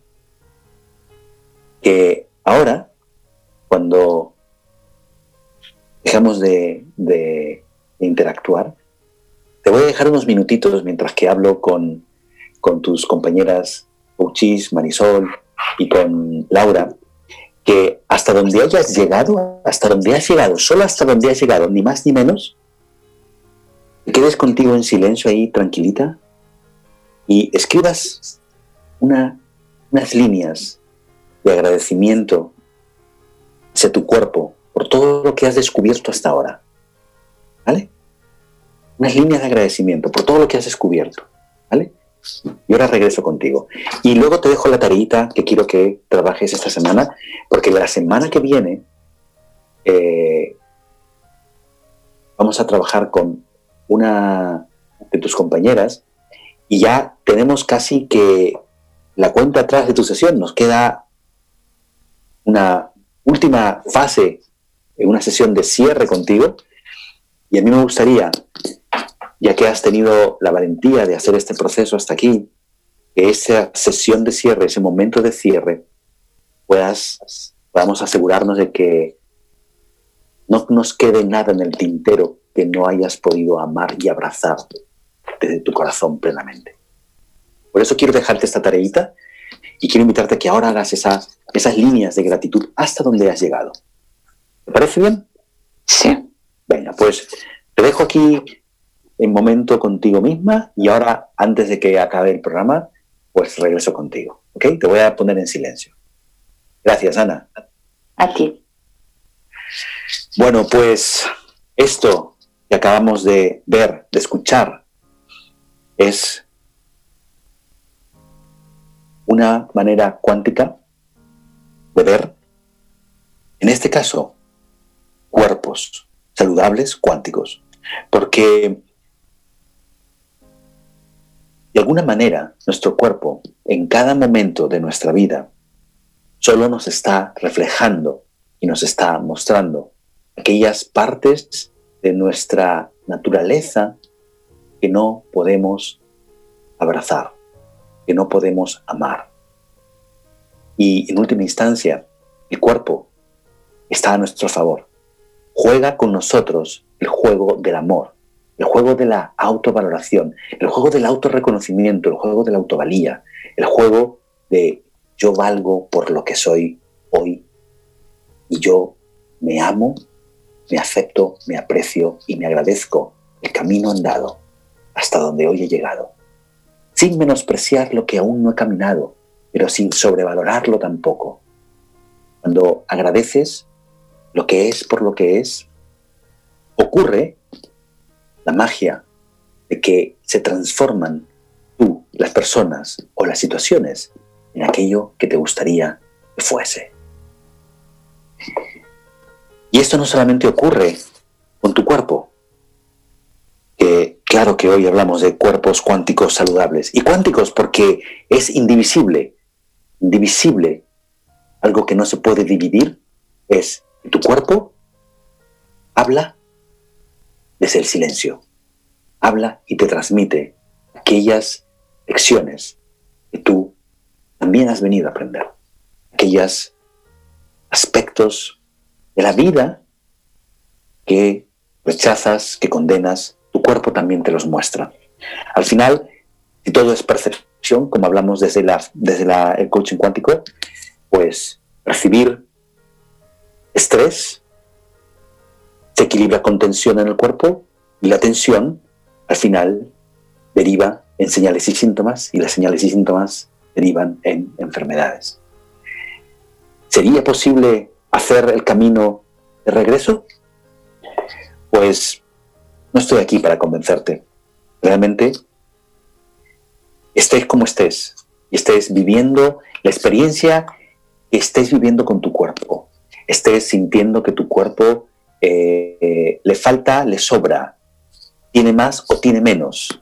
Speaker 4: que ahora, cuando dejamos de, de, de interactuar, te voy a dejar unos minutitos mientras que hablo con, con tus compañeras Uchis, Marisol y con Laura, que hasta donde hayas llegado, hasta donde has llegado, solo hasta donde has llegado, ni más ni menos, te quedes contigo en silencio ahí, tranquilita, y escribas una, unas líneas de agradecimiento hacia tu cuerpo por todo lo que has descubierto hasta ahora. ¿Vale? Unas líneas de agradecimiento por todo lo que has descubierto. ¿Vale? Y ahora regreso contigo. Y luego te dejo la tareita que quiero que trabajes esta semana, porque la semana que viene eh, vamos a trabajar con una de tus compañeras y ya tenemos casi que la cuenta atrás de tu sesión. Nos queda una última fase, una sesión de cierre contigo, y a mí me gustaría, ya que has tenido la valentía de hacer este proceso hasta aquí, que esa sesión de cierre, ese momento de cierre, puedas, podamos asegurarnos de que no nos quede nada en el tintero que no hayas podido amar y abrazar desde tu corazón plenamente. Por eso quiero dejarte esta tareita y quiero invitarte a que ahora hagas esa, esas líneas de gratitud hasta donde has llegado. ¿Te parece bien?
Speaker 5: Sí.
Speaker 4: Venga, pues te dejo aquí en momento contigo misma y ahora, antes de que acabe el programa, pues regreso contigo. ¿Ok? Te voy a poner en silencio. Gracias, Ana.
Speaker 5: A ti.
Speaker 4: Bueno, pues esto que acabamos de ver, de escuchar, es una manera cuántica de ver, en este caso, cuerpos saludables cuánticos. Porque de alguna manera nuestro cuerpo en cada momento de nuestra vida solo nos está reflejando y nos está mostrando aquellas partes de nuestra naturaleza que no podemos abrazar, que no podemos amar. Y en última instancia, el cuerpo está a nuestro favor. Juega con nosotros el juego del amor, el juego de la autovaloración, el juego del autorreconocimiento, el juego de la autovalía, el juego de yo valgo por lo que soy hoy y yo me amo, me acepto, me aprecio y me agradezco el camino andado hasta donde hoy he llegado, sin menospreciar lo que aún no he caminado, pero sin sobrevalorarlo tampoco. Cuando agradeces lo que es por lo que es, ocurre la magia de que se transforman tú, las personas o las situaciones en aquello que te gustaría que fuese. Y esto no solamente ocurre con tu cuerpo, que claro que hoy hablamos de cuerpos cuánticos saludables, y cuánticos porque es indivisible, indivisible, algo que no se puede dividir, es que tu cuerpo habla desde el silencio, habla y te transmite aquellas lecciones que tú también has venido a aprender, aquellos aspectos de la vida que rechazas, que condenas, tu cuerpo también te los muestra. Al final, si todo es percepción, como hablamos desde, la, desde la, el coaching cuántico, pues percibir estrés se equilibra con tensión en el cuerpo y la tensión al final deriva en señales y síntomas y las señales y síntomas derivan en enfermedades. ¿Sería posible hacer el camino de regreso? Pues no estoy aquí para convencerte. Realmente, estés como estés y estés viviendo la experiencia que estés viviendo con tu cuerpo, estés sintiendo que tu cuerpo eh, eh, le falta, le sobra, tiene más o tiene menos.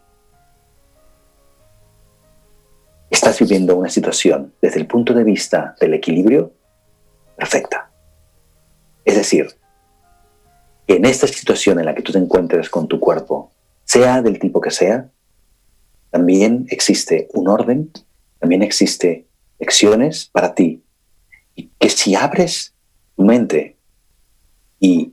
Speaker 4: Estás viviendo una situación desde el punto de vista del equilibrio perfecta. Es decir, que en esta situación en la que tú te encuentres con tu cuerpo, sea del tipo que sea, también existe un orden, también existe lecciones para ti. Y que si abres tu mente y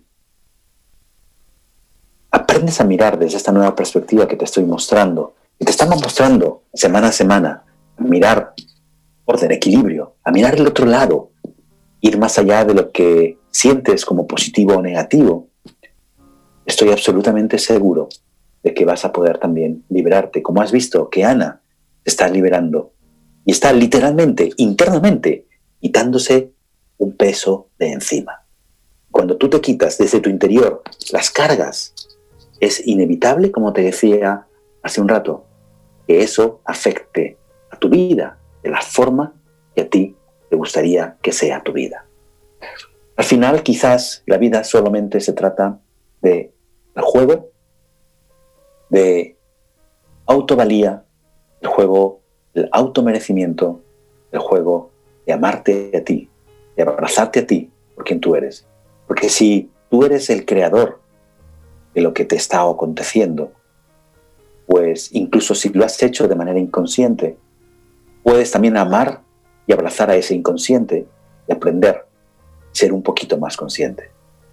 Speaker 4: aprendes a mirar desde esta nueva perspectiva que te estoy mostrando, que te estamos mostrando semana a semana, a mirar orden, equilibrio, a mirar el otro lado, ir más allá de lo que sientes como positivo o negativo, estoy absolutamente seguro de que vas a poder también liberarte, como has visto que Ana se está liberando y está literalmente, internamente, quitándose un peso de encima. Cuando tú te quitas desde tu interior las cargas, es inevitable, como te decía hace un rato, que eso afecte a tu vida de la forma que a ti te gustaría que sea tu vida. Al final, quizás la vida solamente se trata de el juego, de autovalía, el juego del automerecimiento, el juego de amarte a ti, de abrazarte a ti por quien tú eres. Porque si tú eres el creador de lo que te está aconteciendo, pues incluso si lo has hecho de manera inconsciente, puedes también amar y abrazar a ese inconsciente y aprender a ser un poquito más consciente.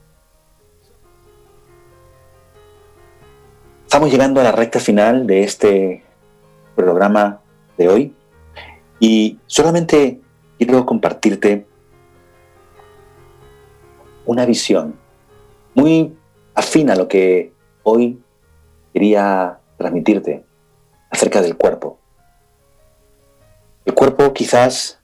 Speaker 4: Estamos llegando a la recta final de este programa de hoy y solamente quiero compartirte una visión muy afín a lo que hoy quería transmitirte acerca del cuerpo. El cuerpo quizás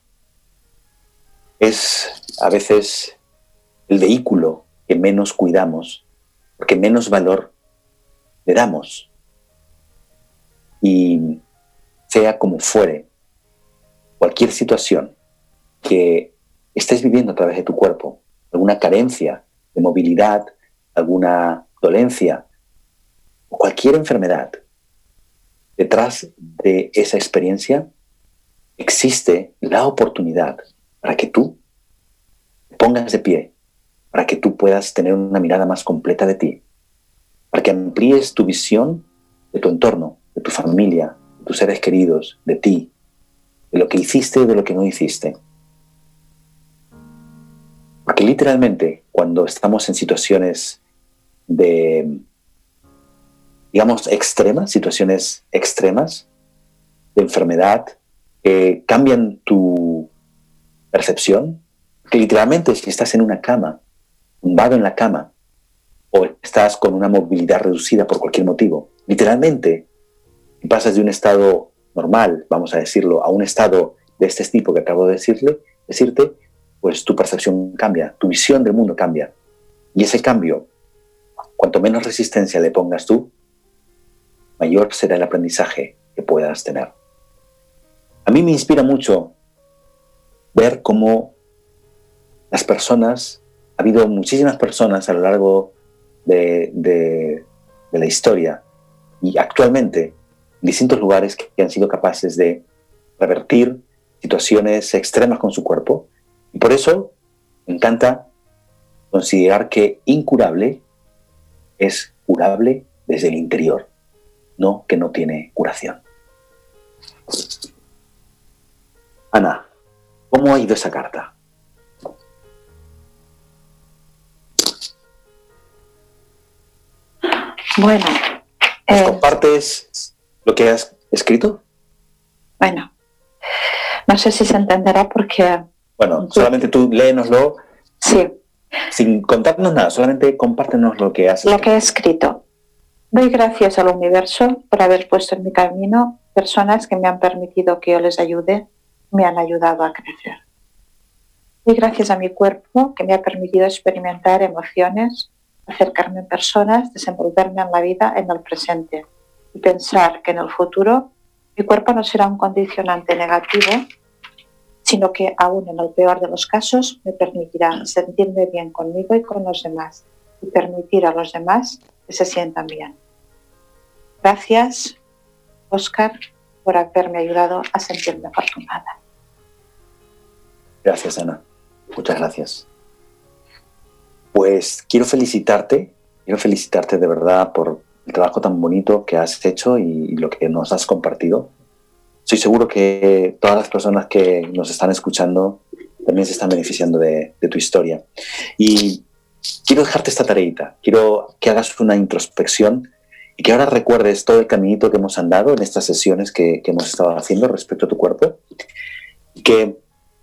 Speaker 4: es a veces el vehículo que menos cuidamos, porque menos valor le damos. Y sea como fuere, cualquier situación que estés viviendo a través de tu cuerpo, alguna carencia de movilidad, alguna dolencia o cualquier enfermedad, detrás de esa experiencia existe la oportunidad para que tú te pongas de pie, para que tú puedas tener una mirada más completa de ti, para que amplíes tu visión de tu entorno, de tu familia, de tus seres queridos, de ti, de lo que hiciste y de lo que no hiciste. Porque literalmente, cuando estamos en situaciones de, digamos, extremas, situaciones extremas de enfermedad, que cambian tu percepción, que literalmente si estás en una cama, tumbado en la cama, o estás con una movilidad reducida por cualquier motivo, literalmente, si pasas de un estado normal, vamos a decirlo, a un estado de este tipo que acabo de decirle, decirte, pues tu percepción cambia, tu visión del mundo cambia. Y ese cambio, cuanto menos resistencia le pongas tú, mayor será el aprendizaje que puedas tener. A mí me inspira mucho ver cómo las personas, ha habido muchísimas personas a lo largo de, de, de la historia y actualmente en distintos lugares que han sido capaces de revertir situaciones extremas con su cuerpo. Y por eso me encanta considerar que incurable es curable desde el interior, no que no tiene curación. Ana, ¿cómo ha ido esa carta?
Speaker 5: Bueno.
Speaker 4: ¿Nos
Speaker 5: Eh,
Speaker 4: compartes lo que has escrito?
Speaker 5: Bueno, no sé si se entenderá porque...
Speaker 4: Bueno, solamente tú léenoslo.
Speaker 5: Sí.
Speaker 4: Sin contarnos nada, solamente compártenos lo que has escrito.
Speaker 5: Lo que he escrito. Doy gracias al universo por haber puesto en mi camino personas que me han permitido que yo les ayude, me han ayudado a crecer. Doy gracias a mi cuerpo que me ha permitido experimentar emociones, acercarme a personas, desenvolverme en la vida en el presente y pensar que en el futuro mi cuerpo no será un condicionante negativo, sino que aún en el peor de los casos me permitirá sentirme bien conmigo y con los demás y permitir a los demás que se sientan bien. Gracias, Óscar, por haberme ayudado a sentirme afortunada.
Speaker 4: Gracias, Ana. Muchas gracias. Pues quiero felicitarte, quiero felicitarte de verdad por el trabajo tan bonito que has hecho y lo que nos has compartido. Estoy seguro que todas las personas que nos están escuchando también se están beneficiando de, de tu historia. Y quiero dejarte esta tareita, quiero que hagas una introspección y que ahora recuerdes todo el caminito que hemos andado en estas sesiones que, que hemos estado haciendo respecto a tu cuerpo. Y que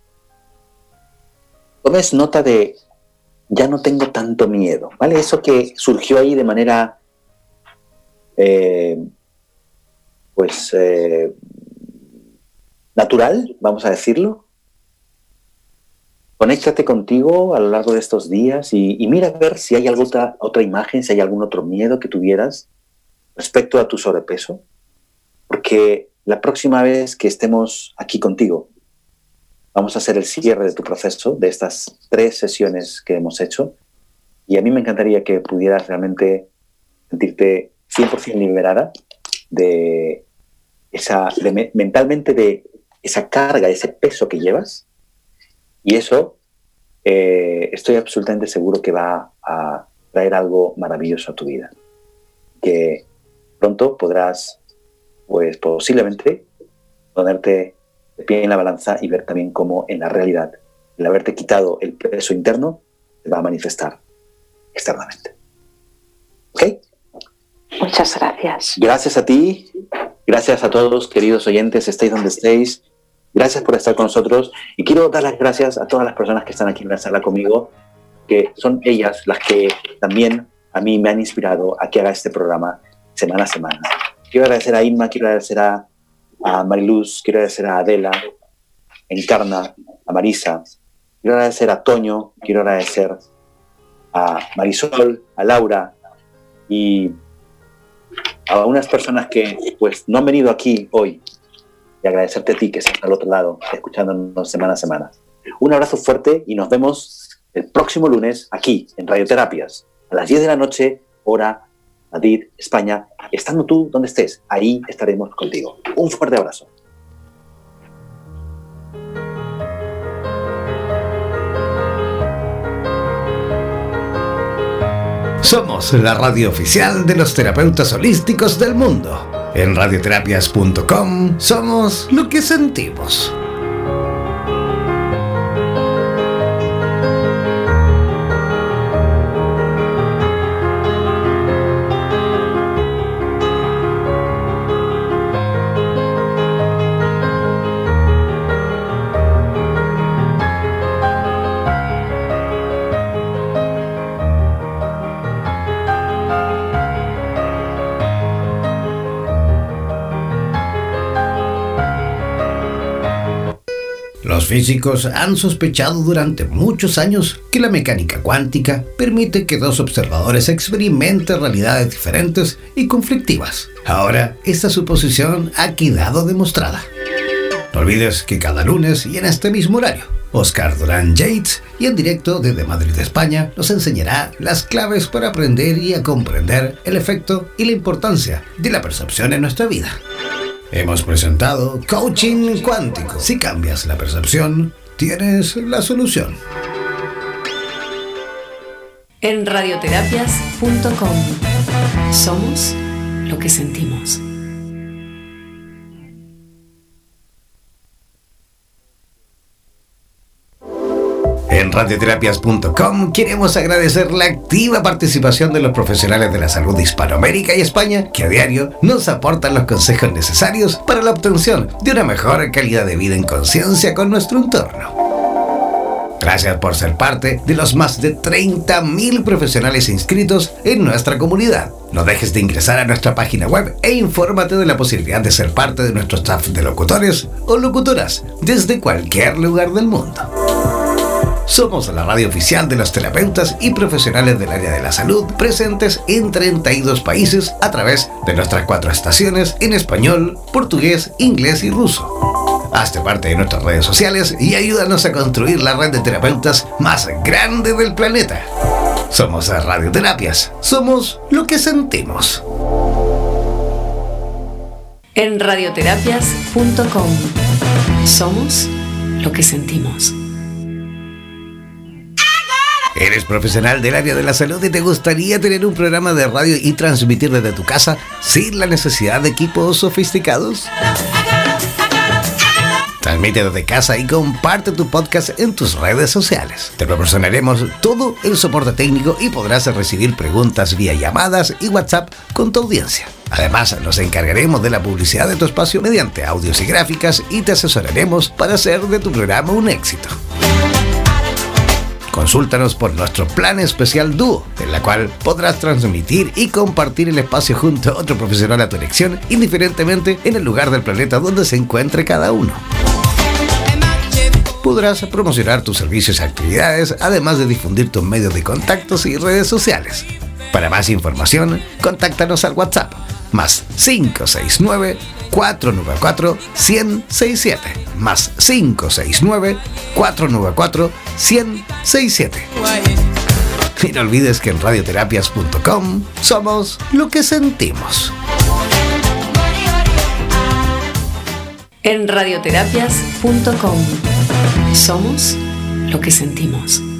Speaker 4: tomes nota de ya no tengo tanto miedo, ¿vale? Eso que surgió ahí de manera, eh, pues, eh, natural, vamos a decirlo. Conéctate contigo a lo largo de estos días y, y mira a ver si hay alguna otra, otra imagen, si hay algún otro miedo que tuvieras respecto a tu sobrepeso. Porque la próxima vez que estemos aquí contigo, vamos a hacer el cierre de tu proceso, de estas tres sesiones que hemos hecho. Y a mí me encantaría que pudieras realmente sentirte cien por ciento liberada de esa, de, mentalmente de esa carga, ese peso que llevas. Y eso eh, estoy absolutamente seguro que va a traer algo maravilloso a tu vida. Que pronto podrás, pues posiblemente, ponerte de pie en la balanza y ver también cómo en la realidad el haberte quitado el peso interno se va a manifestar externamente. ¿Ok?
Speaker 5: Muchas gracias.
Speaker 4: Gracias a ti, gracias a todos, queridos oyentes, estéis donde estéis. Gracias por estar con nosotros y quiero dar las gracias a todas las personas que están aquí en la sala conmigo, que son ellas las que también a mí me han inspirado a que haga este programa semana a semana. Quiero agradecer a Inma, quiero agradecer a a Mariluz, quiero agradecer a Adela, a Encarna, a Marisa, quiero agradecer a Toño, quiero agradecer a Marisol, a Laura y a unas personas que pues no han venido aquí hoy, y agradecerte a ti que estás al otro lado, escuchándonos semana a semana. Un abrazo fuerte y nos vemos el próximo lunes aquí en Radioterapias, a las diez de la noche, hora Madrid, España. Estando tú donde estés, ahí estaremos contigo. Un fuerte abrazo.
Speaker 2: Somos la radio oficial de los terapeutas holísticos del mundo. En radioterapias punto com somos lo que sentimos. Los físicos han sospechado durante muchos años que la mecánica cuántica permite que dos observadores experimenten realidades diferentes y conflictivas. Ahora, esta suposición ha quedado demostrada. No olvides que cada lunes y en este mismo horario, Óscar Durán Yates y en directo desde Madrid, España, nos enseñará las claves para aprender y a comprender el efecto y la importancia de la percepción en nuestra vida. Hemos presentado Coaching Cuántico. Si cambias la percepción, tienes la solución.
Speaker 1: En radioterapias punto com. Somos lo que sentimos.
Speaker 2: En radioterapias punto com queremos agradecer la activa participación de los profesionales de la salud de Hispanoamérica y España que a diario nos aportan los consejos necesarios para la obtención de una mejor calidad de vida en conciencia con nuestro entorno. Gracias por ser parte de los más de treinta mil profesionales inscritos en nuestra comunidad. No dejes de ingresar a nuestra página web e infórmate de la posibilidad de ser parte de nuestro staff de locutores o locutoras desde cualquier lugar del mundo. Somos la radio oficial de los terapeutas y profesionales del área de la salud presentes en treinta y dos países a través de nuestras cuatro estaciones en español, portugués, inglés y ruso. Hazte parte de nuestras redes sociales y ayúdanos a construir la red de terapeutas más grande del planeta. Somos Radioterapias. Somos lo que sentimos.
Speaker 1: En radioterapias punto com. Somos lo que sentimos.
Speaker 2: ¿Eres profesional del área de la salud y te gustaría tener un programa de radio y transmitir desde tu casa sin la necesidad de equipos sofisticados? Transmite desde casa y comparte tu podcast en tus redes sociales. Te proporcionaremos todo el soporte técnico y podrás recibir preguntas vía llamadas y WhatsApp con tu audiencia. Además, nos encargaremos de la publicidad de tu espacio mediante audios y gráficas y te asesoraremos para hacer de tu programa un éxito. Consúltanos por nuestro plan especial Dúo, en la cual podrás transmitir y compartir el espacio junto a otro profesional a tu elección, indiferentemente en el lugar del planeta donde se encuentre cada uno. Podrás promocionar tus servicios y actividades, además de difundir tus medios de contactos y redes sociales. Para más información, contáctanos al WhatsApp, más cinco seis nueve, cuatro nueve cuatro, uno cero seis siete, más cinco seis nueve, cuatro nueve cuatro, uno cero seis siete. Y no olvides que en radioterapias punto com somos lo que sentimos.
Speaker 1: En radioterapias punto com. Somos lo que sentimos.